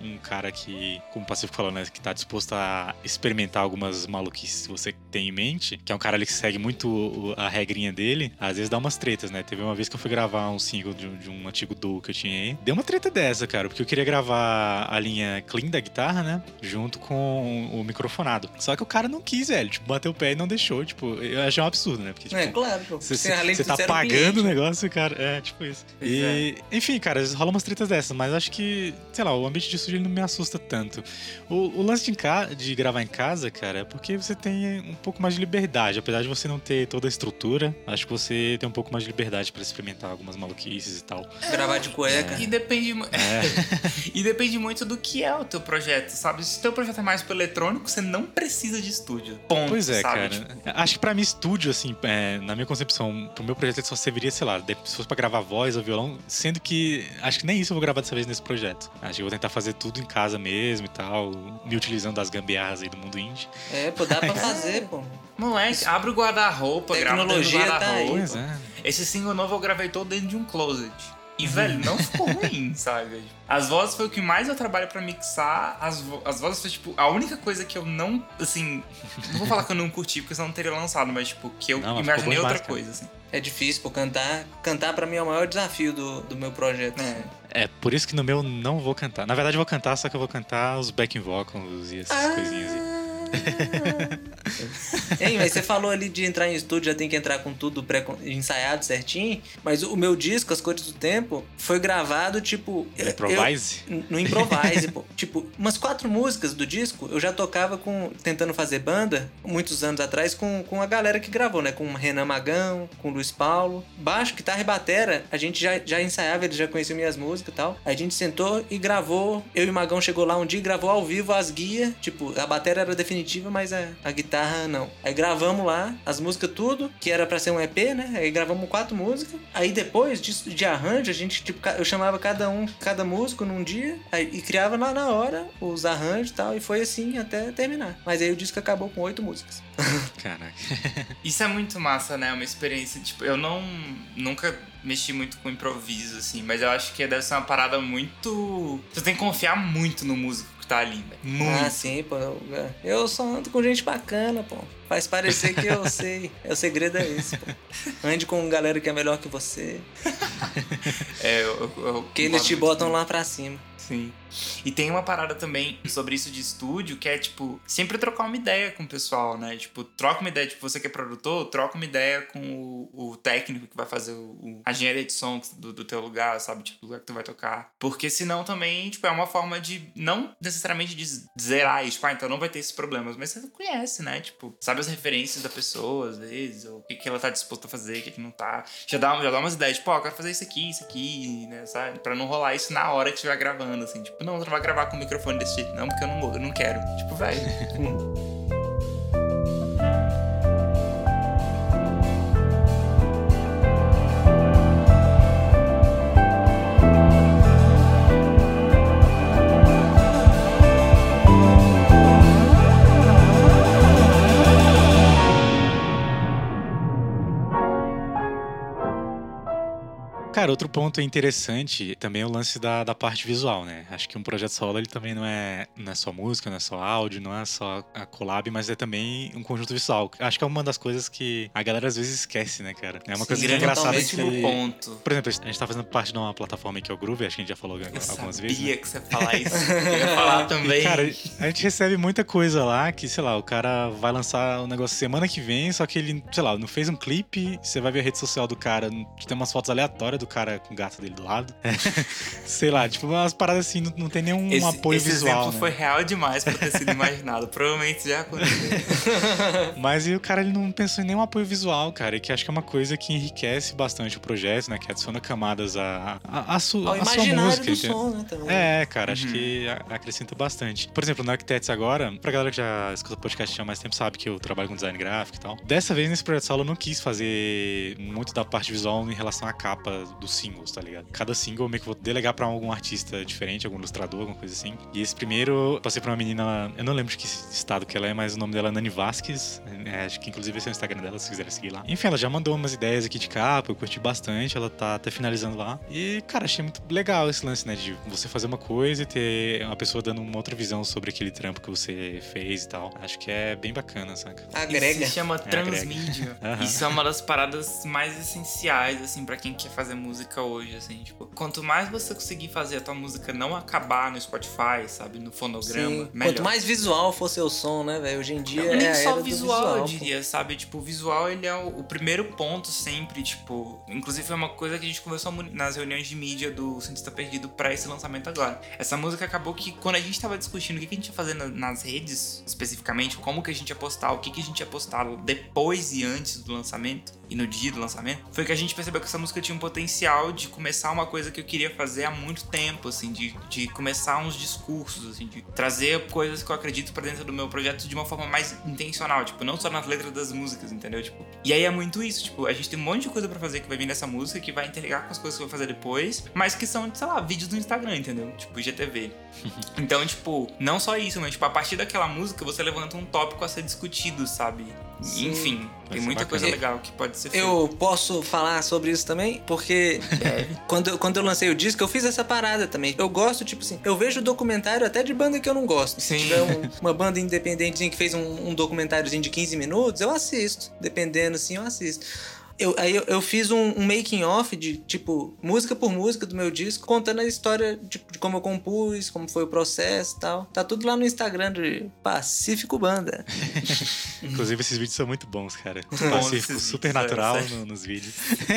um cara que, como o Pacífico falou, né, que tá disposto a experimentar algumas maluquices que você tem em mente, que é um cara ali que segue muito a regrinha dele, às vezes dá umas tretas, né? Teve uma vez que eu fui gravar um single de um antigo duo que eu tinha aí. Deu uma treta dessa, cara, porque eu queria gravar a linha clean da guitarra, né? Junto com o microfonado. Só que o cara não quis, velho. Tipo, bateu o pé e não deixou. Tipo, eu achei um absurdo, né? Porque, tipo, claro, pô. você tá pagando o negócio, cara. É, tipo isso. E, enfim, cara, às vezes rola umas tretas dessas, mas acho que, sei lá, o ambiente de estúdio ele não me assusta tanto. O lance de gravar em casa, cara, é porque você tem um pouco mais de liberdade. Apesar de você não ter toda a estrutura, acho que você tem um pouco mais de liberdade pra experimentar algumas maluquices e tal. Gravar de cueca. E depende, e depende muito do que é o teu projeto, sabe? Se o teu projeto é mais pro eletrônico, você não precisa de estúdio. Ponto, pois é, sabe? cara. Tipo, acho que pra mim, estúdio, assim, na minha concepção, pro meu projeto ele só serviria, sei lá, se fosse pra gravar voz ou violão, sendo que acho que nem isso eu vou gravar dessa vez nesse projeto. Acho que eu vou tentar fazer tudo em casa mesmo e tal, me utilizando das gambiarras aí do mundo indie. Pô, dá pra fazer, pô. moleque, abre o guarda-roupa, grava dentro do Tecnologia tá aí. guarda-roupa. Pois é. Esse single novo eu gravei todo dentro de um closet. E, velho, não ficou ruim, sabe? As vozes foi o que mais eu trabalho pra mixar. As vozes foi, tipo, a única coisa que eu não, assim... Não vou falar que eu não curti, porque senão não teria lançado, mas, tipo, que eu Não, imaginei outra demais, coisa, assim. É difícil, pô, cantar. Cantar pra mim é o maior desafio do meu projeto. É, por isso que no meu não vou cantar. Na verdade eu vou cantar, só que eu vou cantar os backing vocals e essas coisinhas aí. Hein, mas você falou ali de entrar em estúdio, já tem que entrar com tudo ensaiado certinho, mas o meu disco, As Cores do Tempo, foi gravado, tipo... Improvise? No Improvise, pô. Tipo, umas 4 músicas do disco, eu já tocava tentando fazer banda, muitos anos atrás, com a galera que gravou, né? Com o Renan Magão, com o Luiz Paulo. Baixo, guitarra e batera, a gente já ensaiava, eles já conheciam minhas músicas e tal. Aí a gente sentou e gravou. Eu e o Magão chegou lá um dia e gravou ao vivo as guias. Tipo, a batera era definitiva, mas a guitarra não. Aí gravamos lá as músicas tudo, que era pra ser um EP, né? Aí gravamos 4 músicas. Aí depois de arranjo, a gente, tipo, eu chamava cada músico num dia e criava lá na hora os arranjos e tal. E foi assim até terminar. Mas aí o disco acabou com 8 músicas. Caraca. Isso é muito massa, né? Uma experiência, tipo, eu nunca mexi muito com improviso, assim, mas eu acho que deve ser uma parada muito... Você tem que confiar muito no músico que tá ali, velho. Muito. Ah, sim, pô. Eu só ando com gente bacana, pô. Faz parecer que eu sei. O segredo é esse, pô. Ande com galera que é melhor que você. Que eles te botam lá pra cima. Sim. E tem uma parada também sobre isso de estúdio, que é, tipo, sempre trocar uma ideia com o pessoal, né? Tipo, troca uma ideia, tipo, você que é produtor, troca uma ideia com o técnico que vai fazer a engenharia de som do teu lugar, sabe? Tipo, o lugar que tu vai tocar. Porque senão também, tipo, é uma forma de, não necessariamente de zerar isso, tipo, então não vai ter esses problemas, mas você conhece, né? Tipo, sabe as referências da pessoa, às vezes, ou o que ela tá disposta a fazer, o que não tá. Já dá umas ideias, tipo, eu quero fazer isso aqui, né, sabe? Pra não rolar isso na hora que estiver gravando, assim, tipo, não, você não vai gravar com o microfone desse jeito, não, porque eu não quero. Tipo, velho. Cara, outro ponto interessante também é o lance da parte visual, né? Acho que um projeto solo ele também não é só música, não é só áudio, não é só a collab, mas é também um conjunto visual. Acho que é uma das coisas que a galera às vezes esquece, né, cara? É uma coisa engraçada que... ponto. Por exemplo, a gente tá fazendo parte de uma plataforma que é o Groove, acho que a gente já falou algumas vezes. Eu sabia né? que você ia falar isso. Eu ia falar também. E, cara, a gente recebe muita coisa lá que, sei lá, o cara vai lançar um negócio semana que vem, só que ele, sei lá, não fez um clipe, você vai ver a rede social do cara, tem umas fotos aleatórias do cara com o gato dele do lado. Sei lá, tipo, umas paradas assim, não tem nenhum apoio esse visual. Esse exemplo foi real demais pra ter sido imaginado. Provavelmente já aconteceu. Mas e o cara, ele não pensou em nenhum apoio visual, cara, e que acho que é uma coisa que enriquece bastante o projeto, né, que adiciona camadas a sua música. Do som, né, também. Cara, acho que acrescenta bastante. Por exemplo, no Arquitetos agora, pra galera que já escuta podcast há mais tempo, sabe que eu trabalho com design gráfico e tal. Dessa vez, nesse projeto solo, eu não quis fazer muito da parte visual em relação à capa dos singles, tá ligado? Cada single meio que vou delegar pra algum artista diferente, algum ilustrador, alguma coisa assim. E esse primeiro, passei pra uma menina, eu não lembro de que estado que ela é, mas o nome dela é Nani Vasquez. Acho que inclusive esse é o Instagram dela, se quiserem seguir lá. Enfim, ela já mandou umas ideias aqui de capa, eu curti bastante, ela tá até finalizando lá. E, cara, achei muito legal esse lance, né? De você fazer uma coisa e ter uma pessoa dando uma outra visão sobre aquele trampo que você fez e tal. Acho que é bem bacana, saca? Agrega. Isso se chama agrega. transmídia. Isso é uma das paradas mais essenciais, assim, pra quem quer fazer música hoje, assim, tipo, quanto mais você conseguir fazer a tua música não acabar no Spotify, sabe, no fonograma, Sim. melhor. Quanto mais visual for seu som, né, velho? Hoje em dia Não, é nem a só era do visual, eu pô. diria, sabe? Tipo, o visual, ele é o primeiro ponto sempre, tipo... Inclusive, é uma coisa que a gente conversou muito nas reuniões de mídia do Cientista Perdido pra esse lançamento agora. Essa música acabou que, quando a gente tava discutindo o que a gente ia fazer nas redes, especificamente, como que a gente ia postar, o que a gente ia postar depois e antes do lançamento, e no dia do lançamento, foi que a gente percebeu que essa música tinha um potencial de começar uma coisa que eu queria fazer há muito tempo, assim, de começar uns discursos, assim, de trazer coisas que eu acredito pra dentro do meu projeto de uma forma mais intencional, tipo, não só nas letras das músicas, entendeu? Tipo, e aí é muito isso, tipo, a gente tem um monte de coisa pra fazer que vai vir nessa música, que vai interligar com as coisas que eu vou fazer depois, mas que são, sei lá, vídeos do Instagram, entendeu? Tipo, IGTV. Então, tipo, não só isso, mas, tipo, a partir daquela música você levanta um tópico a ser discutido, sabe? Sim. Enfim, tem muita bacana. coisa legal que pode ser feita. Eu posso falar sobre isso também? Porque quando eu lancei o disco, eu fiz essa parada também. Eu gosto, tipo assim, eu vejo documentário até de banda que eu não gosto. Sim. Se tiver uma banda independentezinha que fez um documentáriozinho de 15 minutos, eu assisto. Dependendo, assim, eu assisto. Aí eu fiz um making off de, tipo, música por música do meu disco, contando a história de como eu compus, como foi o processo e tal. Tá tudo lá no Instagram de Pacífico Banda. Inclusive, esses vídeos são muito bons, cara. bons Pacífico esses super vídeos, natural sério. nos vídeos.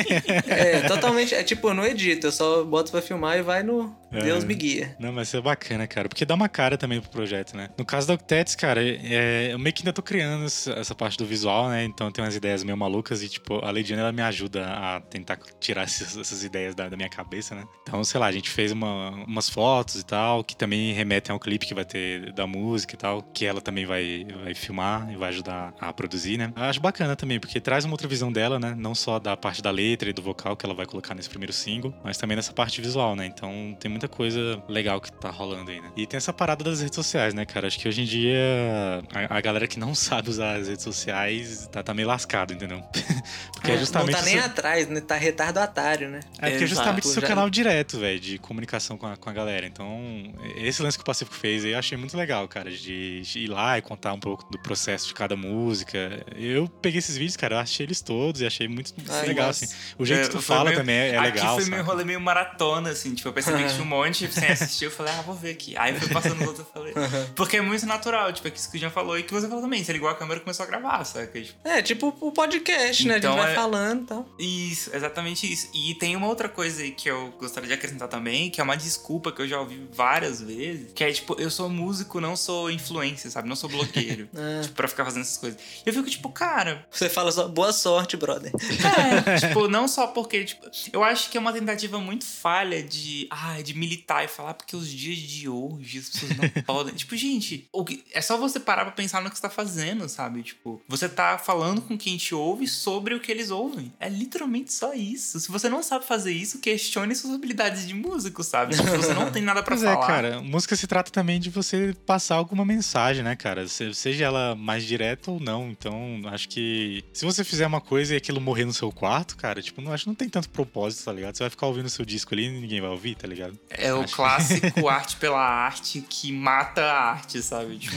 Totalmente, tipo, eu não edito, eu só boto pra filmar e vai no Deus me guia. Não, mas é bacana, cara. Porque dá uma cara também pro projeto, né? No caso da Octets, cara, eu meio que ainda tô criando essa parte do visual, né? Então tem umas ideias meio malucas e, tipo, a Leidiane, ela me ajuda a tentar tirar essas ideias da minha cabeça, né? Então, sei lá, a gente fez umas fotos e tal, que também remetem ao clipe que vai ter da música e tal, que ela também vai filmar e vai ajudar a produzir, né? Eu acho bacana também, porque traz uma outra visão dela, né? Não só da parte da letra e do vocal que ela vai colocar nesse primeiro single, mas também nessa parte visual, né? Então tem muita coisa legal que tá rolando aí, né? E tem essa parada das redes sociais, né, cara? Acho que hoje em dia a galera que não sabe usar as redes sociais tá meio lascado, entendeu? Porque é justamente não tá nem atrás, né? Tá retardatário, né? porque é justamente o seu Já- canal direto, velho, de comunicação com a galera. Então, esse lance que o Pacífico fez aí, eu achei muito legal, cara, de ir lá e contar um pouco do processo de cada música. Eu peguei esses vídeos, cara, eu achei eles todos e achei muito legal, nossa. assim. O jeito que tu Foi fala meio- também é legal, Aqui foi meio saca? rolê meio maratona, assim, tipo, eu percebi que tinha um monte sem assistir, eu falei, vou ver aqui. Aí fui passando os outros, eu falei... Porque é muito natural, tipo, é isso que o Jean falou e que você falou também, você ligou a câmera e começou a gravar, saca? Tipo, Tipo o podcast, né? Então A gente vai é- falando e tal. isso, exatamente isso. E tem uma outra coisa aí que eu gostaria de acrescentar também, que é uma desculpa que eu já ouvi várias vezes, que é, tipo, eu sou músico, não sou influencer, sabe? Não sou blogueiro, tipo, pra ficar fazendo essas coisas. E eu fico, tipo, cara... Você fala só, boa sorte, brother. tipo, não só porque, tipo, eu acho que é uma tentativa muito falha de militar e falar porque os dias de hoje as pessoas não podem. Tipo, gente, é só você parar pra pensar no que você tá fazendo, sabe? Tipo, você tá falando com quem te ouve sobre o que eles ouvem. É literalmente só isso. Se você não sabe fazer isso, questione suas habilidades de músico, sabe? Se você não tem nada pra Pois falar. é, cara, música se trata também de você passar alguma mensagem, né, cara? Seja ela mais direta ou não. Então, acho que se você fizer uma coisa e aquilo morrer no seu quarto, cara, tipo, acho que não tem tanto propósito, tá ligado? Você vai ficar ouvindo o seu disco ali e ninguém vai ouvir, tá ligado? É o clássico arte pela arte que mata a arte, sabe? Tipo,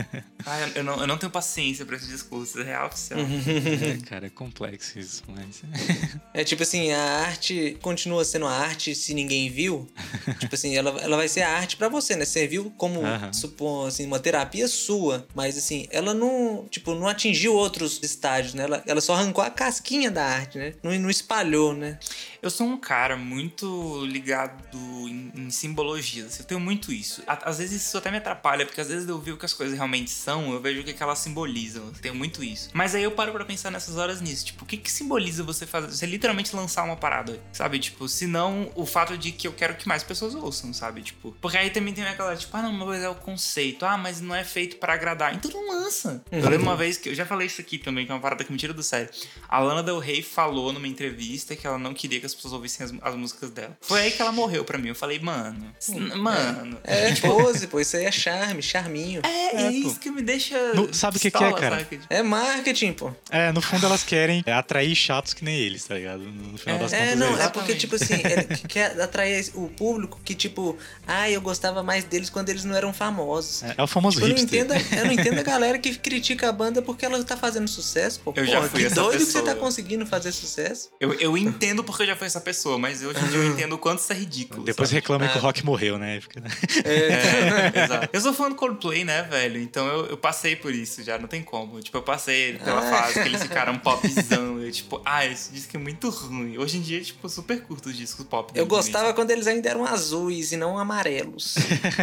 eu não tenho paciência pra esse discurso, é real oficial. Cara, é complexo isso, mas... É tipo assim, a arte continua sendo a arte se ninguém viu. Tipo assim, ela vai ser a arte pra você, né? Você viu como, supor, assim, uma terapia sua. Mas assim, ela não, tipo, não atingiu outros estágios, né? Ela só arrancou a casquinha da arte, né? Não espalhou, né? Eu sou um cara muito ligado em simbologias, assim, eu tenho muito isso. Às vezes isso até me atrapalha, porque às vezes eu vejo o que as coisas realmente são, eu vejo o que elas simbolizam, eu tenho muito isso. Mas aí eu paro pra pensar nessas horas nisso, tipo, o que simboliza você fazer, você literalmente lançar uma parada, sabe? Tipo, se não o fato de que eu quero que mais pessoas ouçam, sabe? Tipo, porque aí também tem aquela, tipo, não, mas é o conceito, mas não é feito pra agradar, então não lança. Eu lembro uma vez que, eu já falei isso aqui também, que é uma parada que me tira do sério. A Lana Del Rey falou numa entrevista que ela não queria que as as pessoas ouvissem as músicas dela. Foi aí que ela morreu pra mim. Eu falei, mano. Pose, pô, isso aí é charminho. É isso que me deixa. Sabe o que é, pistola, cara? sabe? É marketing, pô. No fundo elas querem atrair chatos que nem eles, tá ligado? No final das contas Não, isso. é porque, tipo assim, quer atrair o público que, tipo, eu gostava mais deles quando eles não eram famosos. É o famoso Tipo, hipster. eu não entendo a galera que critica a banda porque ela tá fazendo sucesso, pô. Eu já fui que essa doido que pessoa. você tá conseguindo fazer sucesso. Eu entendo porque eu já fui essa pessoa, mas hoje em dia eu entendo o quanto isso é ridículo. Depois sabe? reclamam que o rock morreu, né? Exato. Eu sou fã do Coldplay, né, velho? Então eu passei por isso já, não tem como. Tipo, eu passei pela fase que eles ficaram popzão. Eu, tipo, esse disco é muito ruim. Hoje em dia, tipo, eu super curto os discos pop. Eu gostava quando eles ainda eram azuis e não amarelos.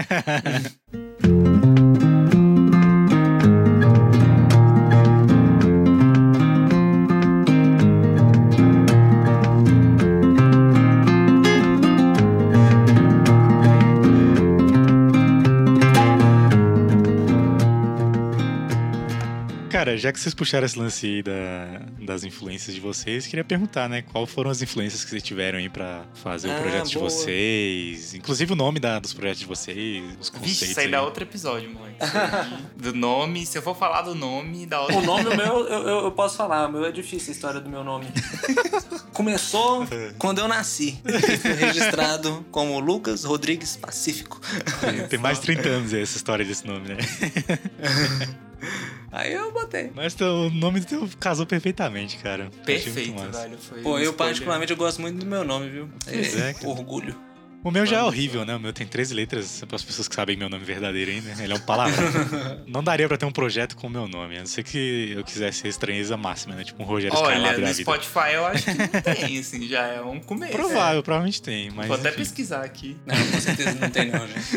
Cara, já que vocês puxaram esse lance aí das influências de vocês, queria perguntar, né? Qual foram as influências que vocês tiveram aí pra fazer o projeto de vocês? Inclusive o nome dos projetos de vocês, os conceitos. Vixe, isso aí dá outro episódio, moleque. Do nome, se eu for falar do nome, dá outro. O nome o meu, eu posso falar, o meu é difícil a história do meu nome. Começou quando eu nasci. Fui registrado como Lucas Rodrigues Pacífico. Tem mais de 30 anos essa história desse nome, né? Aí eu botei. Mas o nome teu casou perfeitamente, cara. Achei muito Perfeito, massa. velho. Foi Pô, uma eu escolha. particularmente eu gosto muito do meu nome, viu? Pois é, cara. Orgulho. O meu já é horrível, né? O meu tem 13 letras, para as pessoas que sabem meu nome verdadeiro ainda. Ele é um palavrão. Não daria pra ter um projeto com o meu nome, a não ser que eu quisesse estranheza máxima, né? Tipo um Rogério Olha, Skylab no da vida. Spotify eu acho que não tem, assim, já é um começo. Provavelmente tem, mas Vou até enfim. pesquisar aqui. Não, com certeza não tem não, gente.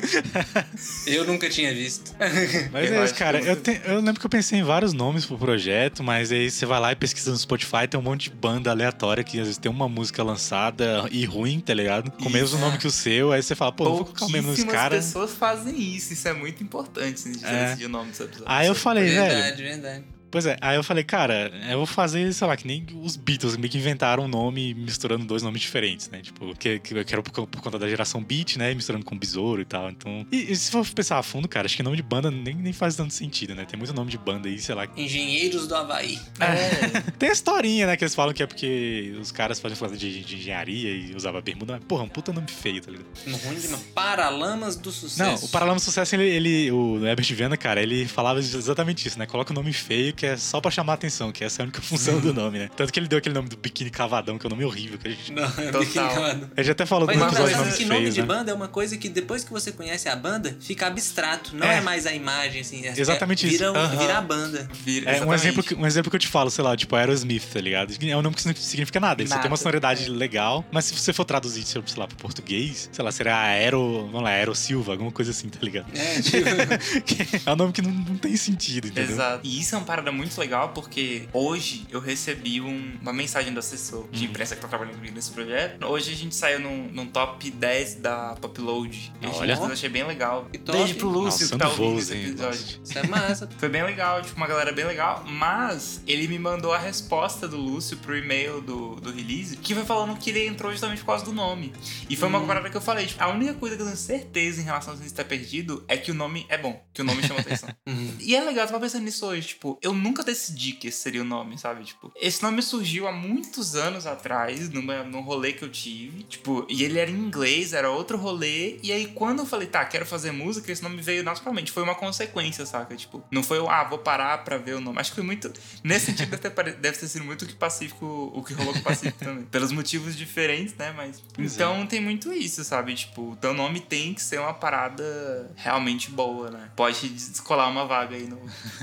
Eu nunca tinha visto. Mas Eu é acho isso, cara. que Eu lembro que eu pensei em vários nomes pro projeto, mas aí você vai lá e pesquisa no Spotify, tem um monte de banda aleatória que às vezes tem uma música lançada e ruim, tá ligado? Com o mesmo nome que o seu, aí você fala, pô, eu vou colocar o mesmo nesse cara. pessoas fazem isso é muito importante, assim, de decidir o nome do seu episódio. Aí eu falei, velho. Verdade. Pois é, aí eu falei, cara, eu vou fazer, sei lá, que nem os Beatles, meio que inventaram um nome misturando dois nomes diferentes, né? Tipo, que era por conta da geração Beat, né? Misturando com Besouro e tal. Então. E se for pensar a fundo, cara, acho que nome de banda nem faz tanto sentido, né? Tem muito nome de banda aí, sei lá. Engenheiros do Havaí. Tem a historinha, né? Que eles falam que é porque os caras fazem fazer de engenharia e usavam bermuda. Mas, porra, um puta nome feio, tá ligado? Ruim demais. Paralamas do Sucesso. Não, o Paralama do Sucesso, o Herbert Viana, cara, ele falava exatamente isso, né? Coloca o nome feio, que é só pra chamar a atenção, que essa é a única função do nome, né? Tanto que ele deu aquele nome do Biquíni Cavadão, que é um nome horrível, que a gente... Não, é Total. biquíni cavadão. A gente até falou do Mas episódio de engraçado nomes que nome feios, de né? banda é uma coisa que depois que você conhece a banda, fica abstrato. Não é, mais a imagem, assim. Exatamente isso. Vira a banda. É um exemplo que eu te falo, sei lá, tipo Aerosmith, tá ligado? É um nome que não significa nada. Ele só tem uma sonoridade legal, mas se você for traduzir, sei lá, pro português, sei lá, será Aero Silva, alguma coisa assim, tá ligado? É, tipo... É um nome que não tem sentido, entendeu? Exato. E isso é uma parada muito legal, porque hoje eu recebi uma mensagem do assessor de imprensa que tá trabalhando comigo nesse projeto. Hoje a gente saiu num top 10 da Popload. Olha. Eu achei bem legal. Que top, Beijo pro Lúcio que tá Alçando ouvindo voos, esse hein, episódio. Lúcio. Isso é massa. Foi bem legal, tipo, uma galera bem legal, mas ele me mandou a resposta do Lúcio pro e-mail do release, que foi falando que ele entrou justamente por causa do nome. E foi uma parada que eu falei, tipo, a única coisa que eu tenho certeza em relação a Ciência Tá Perdido é que o nome é bom, que o nome chama atenção. E é legal, eu tava pensando nisso hoje, tipo, eu nunca decidi que esse seria o nome, sabe? Tipo, esse nome surgiu há muitos anos atrás, num rolê que eu tive, tipo, e ele era em inglês, era outro rolê, e aí quando eu falei, tá, quero fazer música, esse nome veio naturalmente, foi uma consequência, saca? Tipo, não foi vou parar pra ver o nome. Acho que foi muito, nesse sentido deve ter sido muito o que rolou com o Pacífico também. Pelos motivos diferentes, né, mas... Então tem muito isso, sabe? Tipo, o teu nome tem que ser uma parada realmente boa, né? Pode descolar uma vaga aí no...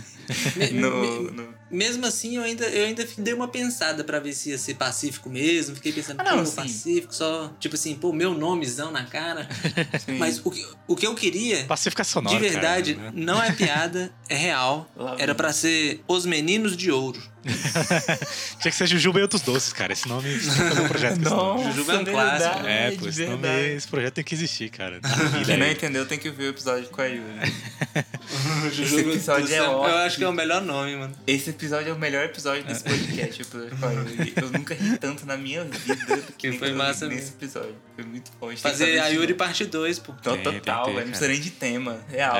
Mesmo assim, eu ainda dei uma pensada pra ver se ia ser Pacífico mesmo. Fiquei pensando, sim. Pacífico, só... Tipo assim, meu nomezão na cara. Sim. Mas o que eu queria... Pacífico é sonoro, de verdade, cara, né? não é piada, é real. Era pra ser Os Meninos de Ouro. Tinha que ser Jujuba e Outros Doces, cara. Esse nome tinha que fazer um projeto com esse nome. Jujuba é um clássico. É, pô, esse projeto tem que existir, cara. Quem não entendeu tem que ver o episódio com a Yuri. Jujuba episódio é ótimo. Eu acho que é o melhor nome, mano. Esse episódio é o melhor episódio desse podcast. Eu nunca ri tanto na minha vida do que Foi massa nesse episódio. Foi muito bom. Fazer a Yuri parte 2, pô. Total, velho. Não precisa nem de tema. Real.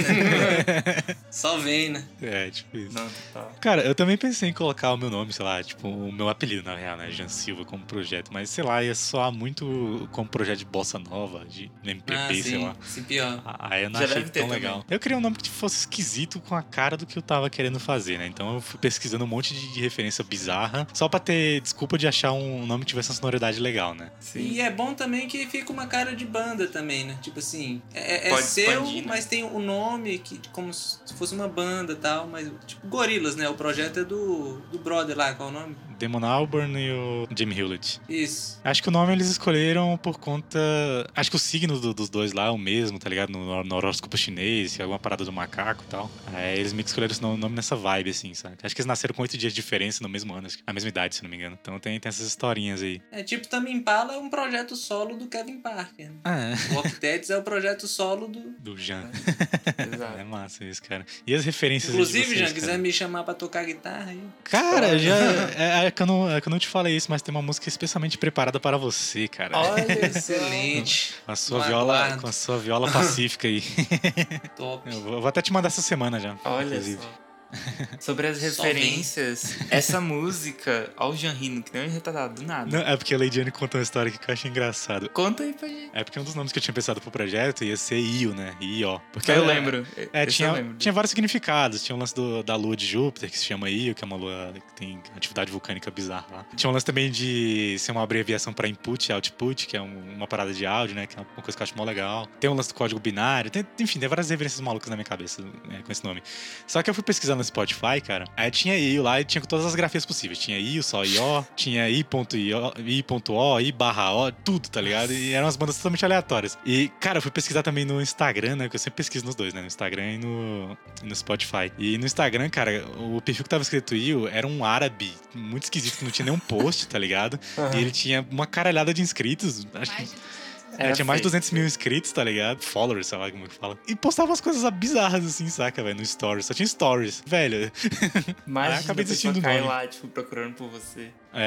Só vem, né? Tipo isso. Não, total. Cara, eu também pensei em colocar o meu nome, sei lá, tipo, o meu apelido, na real, né? Jean Silva, como projeto. Mas, sei lá, ia soar muito como projeto de bossa nova, de MPB, sei lá. Sim, pior. Aí eu não Já achei deve ter tão legal. também. Eu queria um nome que fosse esquisito com a cara do que eu tava querendo fazer, né? Então eu fui pesquisando um monte de referência bizarra, só pra ter desculpa de achar um nome que tivesse uma sonoridade legal, né? E é bom também que fica uma cara de banda também, né? Tipo assim, é Pode seu, expandir, né? mas tem o nome que, como se fosse uma banda e tal, mas tipo Gorillaz, né? O projeto é do brother lá, qual é o nome? Damon Albarn e o Jimmy Hewlett. Isso. Acho que o nome eles escolheram por conta... Acho que o signo dos dois lá é o mesmo, tá ligado? No horóscopo chinês, alguma parada do macaco e tal. Aí eles meio que escolheram esse nome nessa vibe, assim, sabe? Acho que eles nasceram com 8 dias de diferença no mesmo ano, a mesma idade, se não me engano. Então tem essas historinhas aí. É tipo Tame Impala é um projeto solo do Kevin Parker. Né? O Octets é o projeto solo do... Do Jean. Exato. É massa isso, cara. E as referências Inclusive, de vocês, Jean, cara? quiser me chamar pra tocar guitarra aí. Cara, já... É que eu não te falei isso, mas tem uma música especialmente preparada para você, cara. Olha, Excelente. Com a sua Não viola, aguardo. com a sua viola pacífica aí. Top. Eu vou até te mandar essa semana já. Olha inclusive. só. Sobre as Só vem. referências, essa música, ó o Jean rindo, que nem um retardado, do nada. Não, é porque a Leidiane contou uma história que eu achei engraçado. Conta aí pra gente. É porque um dos nomes que eu tinha pensado pro projeto ia ser Io, né? Io. Porque Eu lembro. Esse eu tinha lembro. vários significados. Tinha o lance da lua de Júpiter, que se chama Io, que é uma lua que tem atividade vulcânica bizarra lá. Tinha um lance também de ser uma abreviação pra input e output, que é uma parada de áudio, né? Que é uma coisa que eu acho mó legal. Tem um lance do código binário. Enfim, tem várias referências malucas na minha cabeça, né, com esse nome. Só que eu fui pesquisar no Spotify, cara. Aí tinha Io lá e tinha todas as grafias possíveis. Tinha Io, só Io, tinha I.O, I/O, tudo, tá ligado? E eram umas bandas totalmente aleatórias. E, cara, eu fui pesquisar também no Instagram, né? Que eu sempre pesquiso nos dois, né? No Instagram e no Spotify. E no Instagram, cara, o perfil que tava escrito Io era um árabe muito esquisito, que não tinha nenhum post, tá ligado? E ele tinha uma caralhada de inscritos. Acho que... Mais de 200. tinha mais de 200 mil inscritos, tá ligado? Followers, sei lá como que fala. E postava umas coisas bizarras assim, saca, velho? No Stories. Só tinha Stories. Velho. Mas acabei desistindo do cai nome. lá, tipo, procurando por você. É.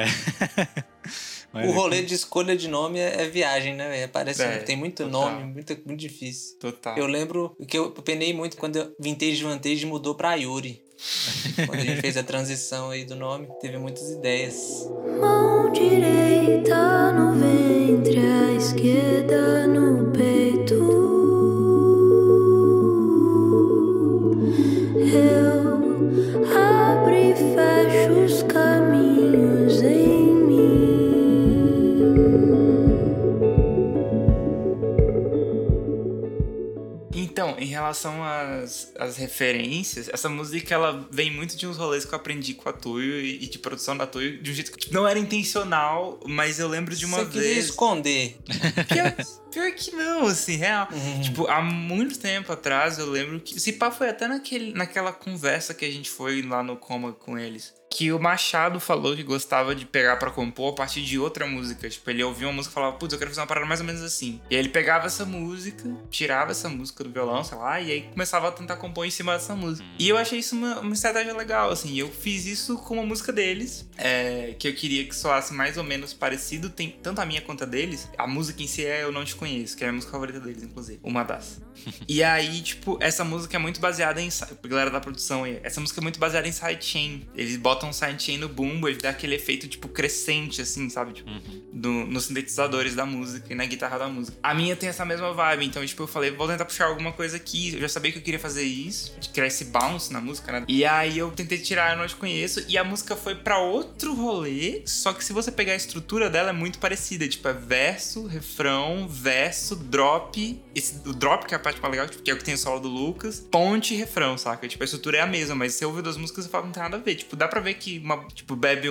Mas O rolê de escolha de nome é viagem, né, velho? Parece que tem muito total. nome, muito difícil. Total. Eu lembro que eu penei muito quando a Vintage mudou pra Yuri. Quando a gente fez a transição aí do nome, teve muitas ideias. Mão direita no ventre, a esquerda no peito. Eu abro e fecho os caminhos em mim. Então, em relação às referências, essa música ela vem muito de uns rolês que eu aprendi com a Tuyo e de produção da Tuyo, de um jeito que tipo, não era intencional, mas eu lembro de uma Você queria vez. esconder. Pior que não, assim, real. Tipo, há muito tempo atrás eu lembro que. Se pá, foi até naquela conversa que a gente foi lá no Coma com eles. Que o Machado falou que gostava de pegar pra compor a partir de outra música. Tipo, ele ouvia uma música e falava, putz, eu quero fazer uma parada mais ou menos assim. E aí ele pegava essa música, tirava essa música do violão, sei lá, e aí começava a tentar compor em cima dessa música. E eu achei isso uma estratégia legal, assim. Eu fiz isso com uma música deles, que eu queria que soasse mais ou menos parecido. Tem tanto a minha quanto a deles. A música em si é Eu Não Te Conheço, que é a música favorita deles, inclusive. Uma das. E aí, tipo, essa música é muito baseada em... Galera da produção aí. Essa música é muito baseada em sidechain. Eles botam sidechain no bumbo, ele dá aquele efeito, tipo, crescente, assim, sabe? Tipo, nos sintetizadores da música e na guitarra da música. A minha tem essa mesma vibe, então, tipo, eu falei, vou tentar puxar alguma coisa aqui. Eu já sabia que eu queria fazer isso, de criar esse bounce na música, né? E aí eu tentei tirar Eu Não Te Conheço, e a música foi pra outro rolê, só que se você pegar a estrutura dela, é muito parecida. Tipo, é verso, refrão, verso, drop. O drop, que é a parte mais legal, tipo, que é o que tem o solo do Lucas, ponte e refrão, saca? Tipo, a estrutura é a mesma, mas se você ouve duas músicas, você fala, não tem nada a ver. Tipo, dá pra ver que tipo, bebe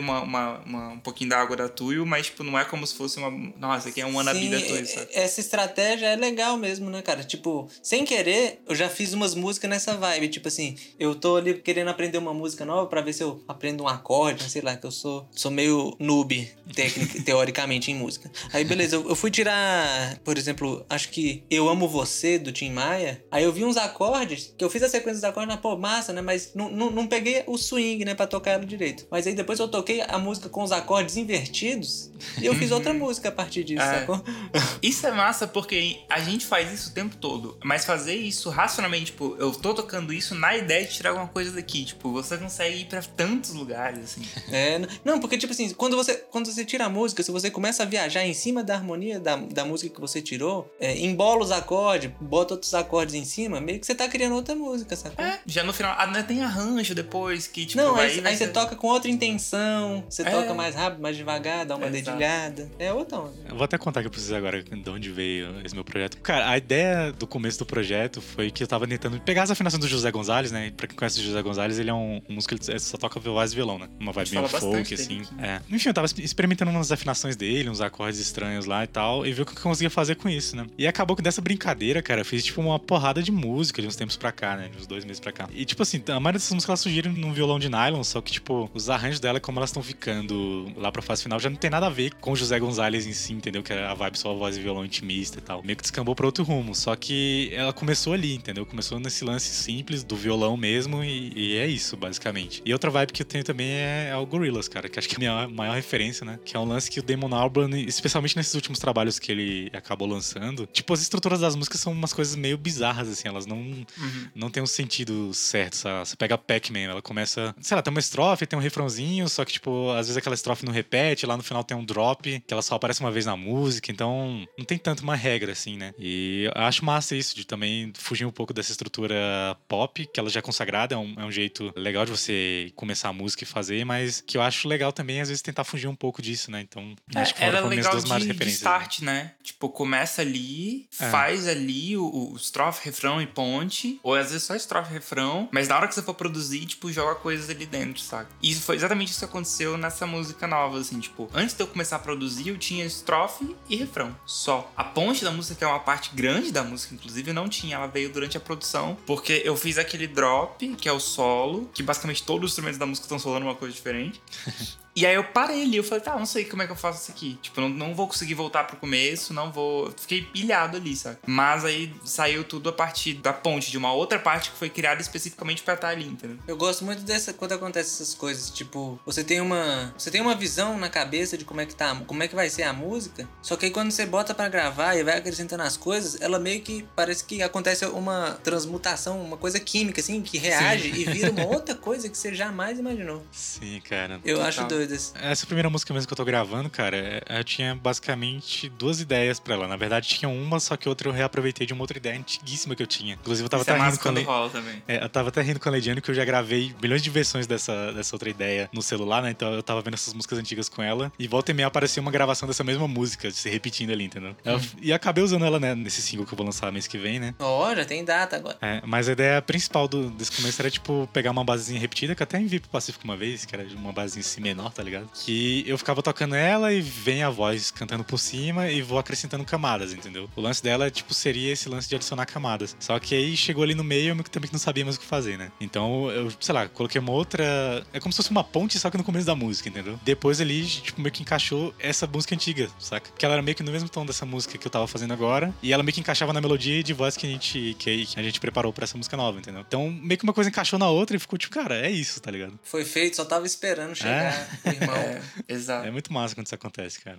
um pouquinho da água da Tuyo, mas tipo, não é como se fosse uma... Nossa, aqui é um ano a vida toda, sabe? Essa estratégia é legal mesmo, né, cara? Tipo, sem querer, eu já fiz umas músicas nessa vibe. Tipo assim, eu tô ali querendo aprender uma música nova pra ver se eu aprendo um acorde, sei lá, que eu sou meio noob, teoricamente, em música. Aí, beleza, eu fui tirar, por exemplo, acho que Eu Amo Você, do Tim Maia. Aí eu vi uns acordes, que eu fiz a sequência dos acordes, mas, pô, massa, né? Mas não peguei o swing, né, pra tocar ela direito. Mas aí depois eu toquei a música com os acordes invertidos e eu fiz outra música a partir disso, sacou? Isso é massa porque a gente faz isso o tempo todo, mas fazer isso racionalmente, tipo, eu tô tocando isso na ideia de tirar alguma coisa daqui, tipo, você consegue ir pra tantos lugares, assim. Não, porque, tipo assim, quando você tira a música, se você começa a viajar em cima da harmonia da música que você tirou, embola os acordes, bota outros acordes em cima, meio que você tá criando outra música, sacou? Já no final, tem arranjo depois que, tipo, não, aí você toca com outra intenção, você toca mais rápido, mais devagar, dá uma dedilhada. É outra onda. Eu vou até contar que eu preciso agora de onde veio esse meu projeto. Cara, a ideia do começo do projeto foi que eu tava tentando pegar as afinações do José Gonzalez, né? Pra quem conhece o José Gonzalez, ele é um músico, ele só toca voz e violão, né? Uma vibe meio folk, assim. Enfim, eu tava experimentando umas afinações dele, uns acordes estranhos lá e tal, e vi o que eu conseguia fazer com isso, né? E acabou que dessa brincadeira, cara, eu fiz tipo uma porrada de música de uns tempos pra cá, né? De uns 2 meses pra cá. E tipo assim, a maioria dessas músicas elas surgiram num violão de nylon, só que tipo, os arranjos dela, como elas estão ficando lá pra fase final, já não tem nada a ver com o José Gonzalez em si, entendeu? Que era a vibe só voz e violão intimista e tal. Meio que descambou pra outro rumo, só que ela começou ali, entendeu? Começou nesse lance simples do violão mesmo e é isso, basicamente. E outra vibe que eu tenho também é o Gorillaz, cara, que acho que é a minha maior referência, né? Que é um lance que o Damon Albarn, especialmente nesses últimos trabalhos que ele acabou lançando, tipo, as estruturas das músicas são umas coisas meio bizarras, assim, elas não tem um sentido certo, sabe? Você pega a Pac-Man, ela começa, sei lá, tem uma estrofe, tem um refrãozinho, só que, tipo, às vezes aquela estrofe não repete, lá no final tem um drop, que ela só aparece uma vez na música, então não tem tanto uma regra, assim, né? E eu acho massa isso, de também fugir um pouco dessa estrutura pop, que ela já é consagrada, é um jeito legal de você começar a música e fazer, mas que eu acho legal também, às vezes, tentar fugir um pouco disso, né? Então, acho que era foram minhas legal duas maiores de referências. start, né? Tipo, começa ali, faz ali o estrofe, refrão e ponte, ou às vezes só estrofe e refrão, mas na hora que você for produzir, tipo, joga coisas ali dentro, saca? E isso foi exatamente isso que aconteceu nessa música nova, assim, tipo, antes de eu começar a produzir, eu tinha estrofe e refrão, só. A ponte da música, que é uma parte grande da música, inclusive, não tinha, ela veio durante a produção, porque eu fiz aquele drop, que é o solo, que basicamente todos os instrumentos da música estão solando uma coisa diferente. E aí eu parei ali, eu falei, não sei como é que eu faço isso aqui. Tipo, não vou conseguir voltar pro começo, não vou... Fiquei pilhado ali, sabe? Mas aí saiu tudo a partir da ponte, de uma outra parte que foi criada especificamente pra estar ali, entendeu? Eu gosto muito quando acontecem essas coisas, tipo, você tem uma visão na cabeça de como é que vai ser a música, só que aí quando você bota pra gravar e vai acrescentando as coisas, ela meio que parece que acontece uma transmutação, uma coisa química, assim, que reage e vira uma outra coisa que você jamais imaginou. Sim, cara. Eu acho doido. Essa primeira música mesmo que eu tô gravando, cara, eu tinha basicamente 2 ideias pra ela. Na verdade, tinha uma, só que outra eu reaproveitei de uma outra ideia antiguíssima que eu tinha. Inclusive, eu tava até rindo quando rola também. Eu tava até rindo com a Leidiane, que eu já gravei milhões de versões dessa outra ideia no celular, né? Então eu tava vendo essas músicas antigas com ela. E volta e meia aparecia uma gravação dessa mesma música, se repetindo ali, entendeu? E acabei usando ela, né, nesse single que eu vou lançar mês que vem, né? Já tem data agora. Mas a ideia principal desse começo era, tipo, pegar uma basezinha repetida, que eu até enviei pro Pacífico uma vez, que era uma basezinha em si menor, tá ligado? Que eu ficava tocando ela e vem a voz cantando por cima e vou acrescentando camadas, entendeu? O lance dela, tipo, seria esse lance de adicionar camadas. Só que aí chegou ali no meio, eu também não sabia mais o que fazer, né? Então eu, sei lá, coloquei uma outra... É como se fosse uma ponte, só que no começo da música, entendeu? Depois ali, tipo, meio que encaixou essa música antiga, saca? Que ela era meio que no mesmo tom dessa música que eu tava fazendo agora, e ela meio que encaixava na melodia de voz que a gente preparou pra essa música nova, entendeu? Então meio que uma coisa encaixou na outra e ficou tipo, cara, é isso, tá ligado? Foi feito, só tava esperando chegar, irmão. Exato. É muito massa quando isso acontece, cara.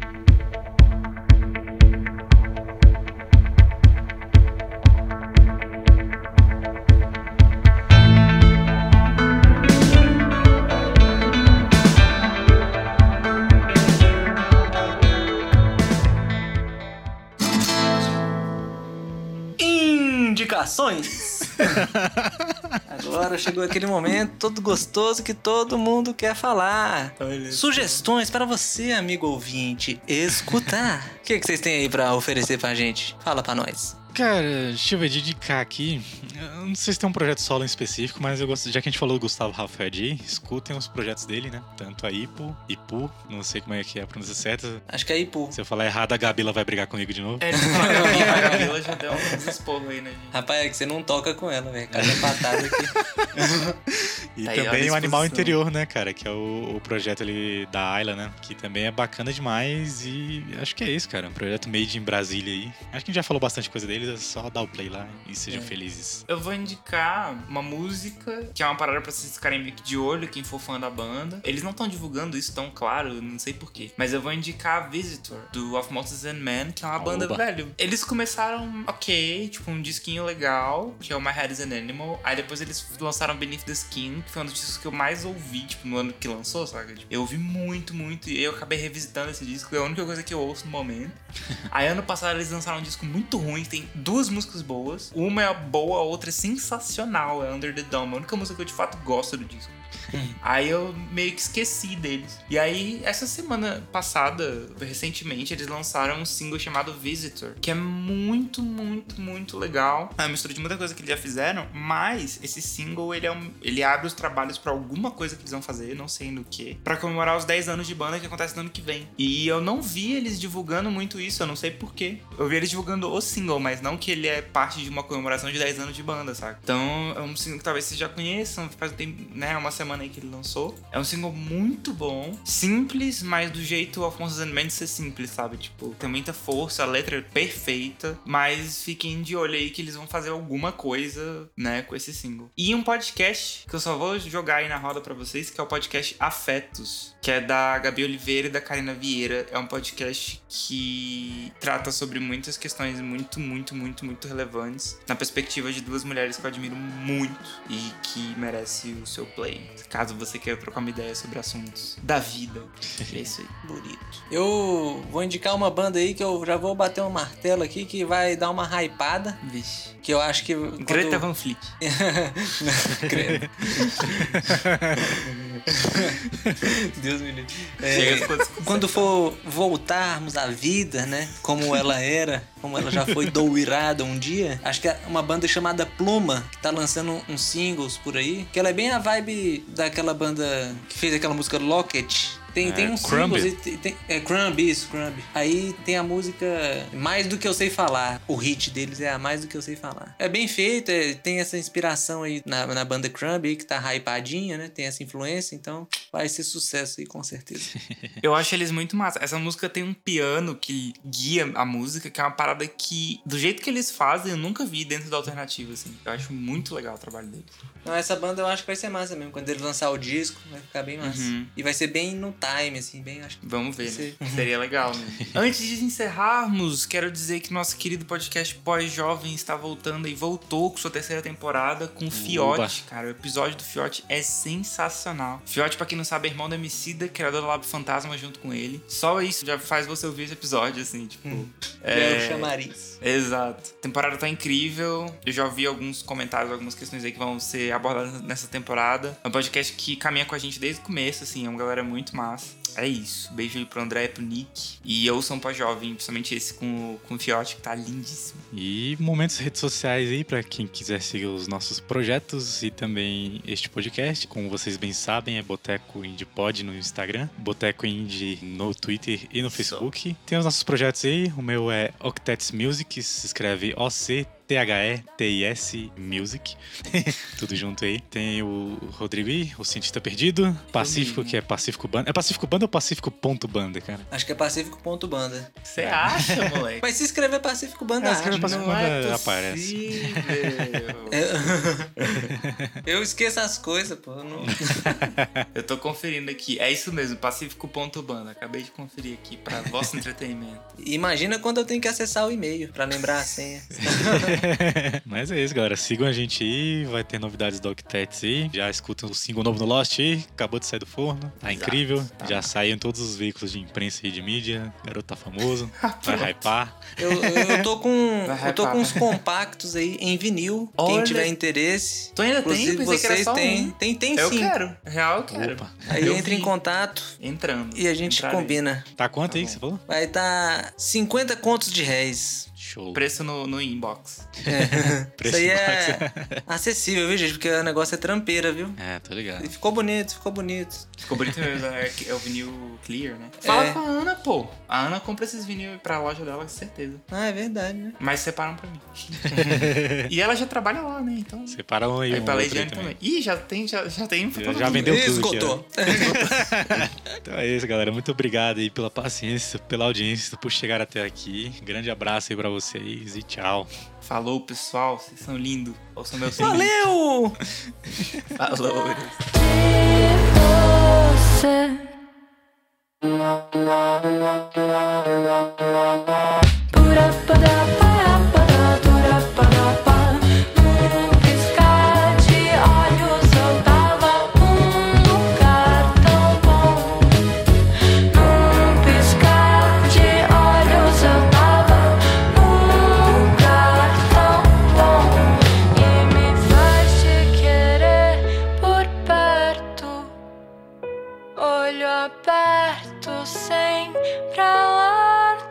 Indicações. Agora chegou aquele momento todo gostoso que todo mundo quer falar. Sugestões para você, amigo ouvinte, escutar. O que vocês têm aí pra oferecer pra gente? Fala pra nós. Cara, deixa eu ver, de indicar aqui. Eu não sei se tem um projeto solo em específico, mas eu gosto, já que a gente falou do Gustavo Rafael Di, escutem os projetos dele, né? Tanto a Ipu, não sei como é que é a pronúncia certa. Acho que é Ipu. Se eu falar errado, a Gabila vai brigar comigo de novo. A Gabila já deu uns esporros aí, né, gente? Rapaz, é que você não toca com ela, velho. Cada patada aqui. E Tá aí, também olha o a Animal disposição. Interior, né, cara? Que é o projeto ali da Ayla, né? Que também é bacana demais e acho que é isso, cara. Um projeto made em Brasília aí. Acho que a gente já falou bastante coisa deles, é só dar o play lá e sejam felizes. Eu vou indicar uma música que é uma parada pra vocês ficarem meio que de olho, quem for fã da banda. Eles não estão divulgando isso tão claro, não sei porquê. Mas eu vou indicar Visitor, do Of Monsters and Men, que é uma banda, velho. Eles começaram ok, tipo um disquinho legal, que é o My Head is an Animal. Aí depois eles lançaram Beneath the Skin, que foi um dos discos que eu mais ouvi, tipo, no ano que lançou, sabe? Tipo, eu ouvi muito, e eu acabei revisitando esse disco, é a única coisa que eu ouço no momento. Aí ano passado eles lançaram um disco muito ruim, tem 2 músicas boas. Uma é boa, a outra é sensacional, é Under the Dome, a única música que eu de fato gosto do disco. Aí eu meio que esqueci deles. E aí, essa semana passada, recentemente, eles lançaram um single chamado Visitor, que é muito, muito, muito legal. É uma mistura de muita coisa que eles já fizeram, mas esse single, ele abre os trabalhos pra alguma coisa que eles vão fazer, não sei no que, pra comemorar os 10 anos de banda que acontece no ano que vem. E eu não vi eles divulgando muito isso, eu não sei porquê. Eu vi eles divulgando o single, mas não que ele é parte de uma comemoração de 10 anos de banda, sabe? Então, é um single que talvez vocês já conheçam, faz né, uma semana aí que ele lançou. É um single muito bom, simples, mas do jeito Of Monsters and Men de ser simples, sabe? Tipo, tem muita força, a letra é perfeita, mas fiquem de olho aí que eles vão fazer alguma coisa, né, com esse single. E um podcast que eu só vou jogar aí na roda pra vocês, que é o podcast Afetos, que é da Gabi Oliveira e da Karina Vieira. É um podcast que trata sobre muitas questões muito, muito, muito, muito relevantes, na perspectiva de 2 mulheres que eu admiro muito e que merece o seu play, caso você queira trocar uma ideia sobre assuntos da vida. É isso aí. Bonito. Eu vou indicar uma banda aí que eu já vou bater um martelo aqui que vai dar uma hypada. Vixe. Que eu acho que... Greta Van Fleet. Greta. Deus me livre. Quando for voltarmos à vida, né? Como ela era, como ela já foi douirada um dia, acho que é uma banda chamada Pluma, que tá lançando uns singles por aí, que ela é bem a vibe daquela banda que fez aquela música Locket. Tem uns singles e tem Crumb, isso, Crumb. Aí tem a música Mais Do Que Eu Sei Falar. O hit deles é a Mais Do Que Eu Sei Falar. É bem feito, tem essa inspiração aí na banda Crumb aí, que tá hypadinha, né? Tem essa influência, então vai ser sucesso aí, com certeza. Eu acho eles muito massa. Essa música tem um piano que guia a música, que é uma parada que, do jeito que eles fazem, eu nunca vi dentro da alternativa, assim. Eu acho muito legal o trabalho deles. Não, essa banda eu acho que vai ser massa mesmo. Quando eles lançar o disco, vai ficar bem massa. E vai ser bem no time, assim, bem... Acho que vamos ver, né? Seria legal, né? Antes de encerrarmos, quero dizer que nosso querido podcast Pós-Jovem está voltando e voltou com sua 3ª temporada com o Fiote, cara. O episódio do Fiote é sensacional. Fiote, pra quem não sabe, é irmão do Emicida, criador do Lab Fantasma junto com ele. Só isso já faz você ouvir esse episódio, assim, tipo... É o chamariz. Exato. A temporada tá incrível. Eu já ouvi alguns comentários, algumas questões aí que vão ser abordadas nessa temporada. É um podcast que caminha com a gente desde o começo, assim, é uma galera muito massa. É isso. Beijo aí pro André e pro Nick. E ouçam Pós-Jovem, principalmente esse com o Fiote, que tá lindíssimo. E momentos redes sociais aí, pra quem quiser seguir os nossos projetos e também este podcast. Como vocês bem sabem, é Boteco Indie Pod no Instagram, Boteco Indie no Twitter e no Facebook. Tem os nossos projetos aí. O meu é Octets Music, se escreve OCTHETIS Music. Tudo junto aí. Tem o Rodrigo I, o Cientista Perdido. Pacífico, que é Pacífico Banda. É Pacífico Banda ou Pacífico.banda, cara? Acho que é Pacífico.banda. Você acha, moleque? Mas se escrever Pacífico Banda, escrever Pacífico Não Banda é aparece. Eu esqueço as coisas, pô. Eu não... Eu tô conferindo aqui. É isso mesmo, Pacífico.banda. Acabei de conferir aqui pra vosso entretenimento. Imagina quando eu tenho que acessar o e-mail pra lembrar a senha. Mas é isso, galera. Sigam a gente aí. Vai ter novidades do Octets aí. Já escutam o single novo no Lost aí. Acabou de sair do forno. Tá incrível. Tá. Já saiu em todos os veículos de imprensa e de mídia. Garoto tá famoso. Vai hypar. Eu tô com uns compactos aí em vinil. Olha. Quem tiver interesse. Tu ainda Inclusive, tem? Pensei que era vocês só têm. um. Tem Eu sim. quero. Real, eu quero. Opa. Aí Eu entra em vi. contato Entrando. e a gente Entrarei. combina. Tá quanto Tá aí bom. que você falou? Vai tá 50 contos de réis. Show. Preço no inbox. Isso aí é acessível, viu, gente? Porque o negócio é trampeira, viu? É, tô ligado. E ficou bonito, ficou bonito. Ficou bonito mesmo, é o vinil clear, né? Fala com a Ana, pô. A Ana compra esses vinil pra loja dela, com certeza. Ah, é verdade, né? Mas separam pra mim. E ela já trabalha lá, né? Então... Separa um aí, Aí um pra outro Leidiane aí também. Ih, já tem Já fotografia. vendeu tudo aqui, Esgotou. Então é isso, galera. Muito obrigado aí pela paciência, pela audiência, por chegar até aqui. Grande abraço aí pra vocês e tchau. Falou, pessoal. Vocês são lindos. Ouçam meu som. Valeu! Falou. Você pura para para dura para num piscar de olhos eu tava num lugar tão bom. Num piscar de olhos eu tava num lugar tão bom e me faz te querer por perto. Olho aberto, sempre alerta.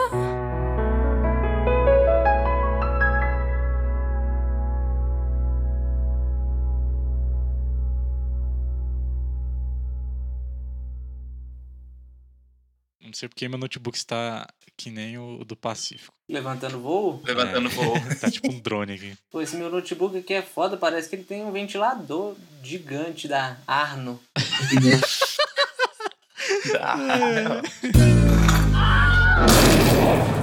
Não sei porque meu notebook está que nem o do Pacífico. Levantando voo? Levantando voo. Tá tipo um drone aqui. Pô, esse meu notebook aqui é foda, parece que ele tem um ventilador gigante da Arno. Ah,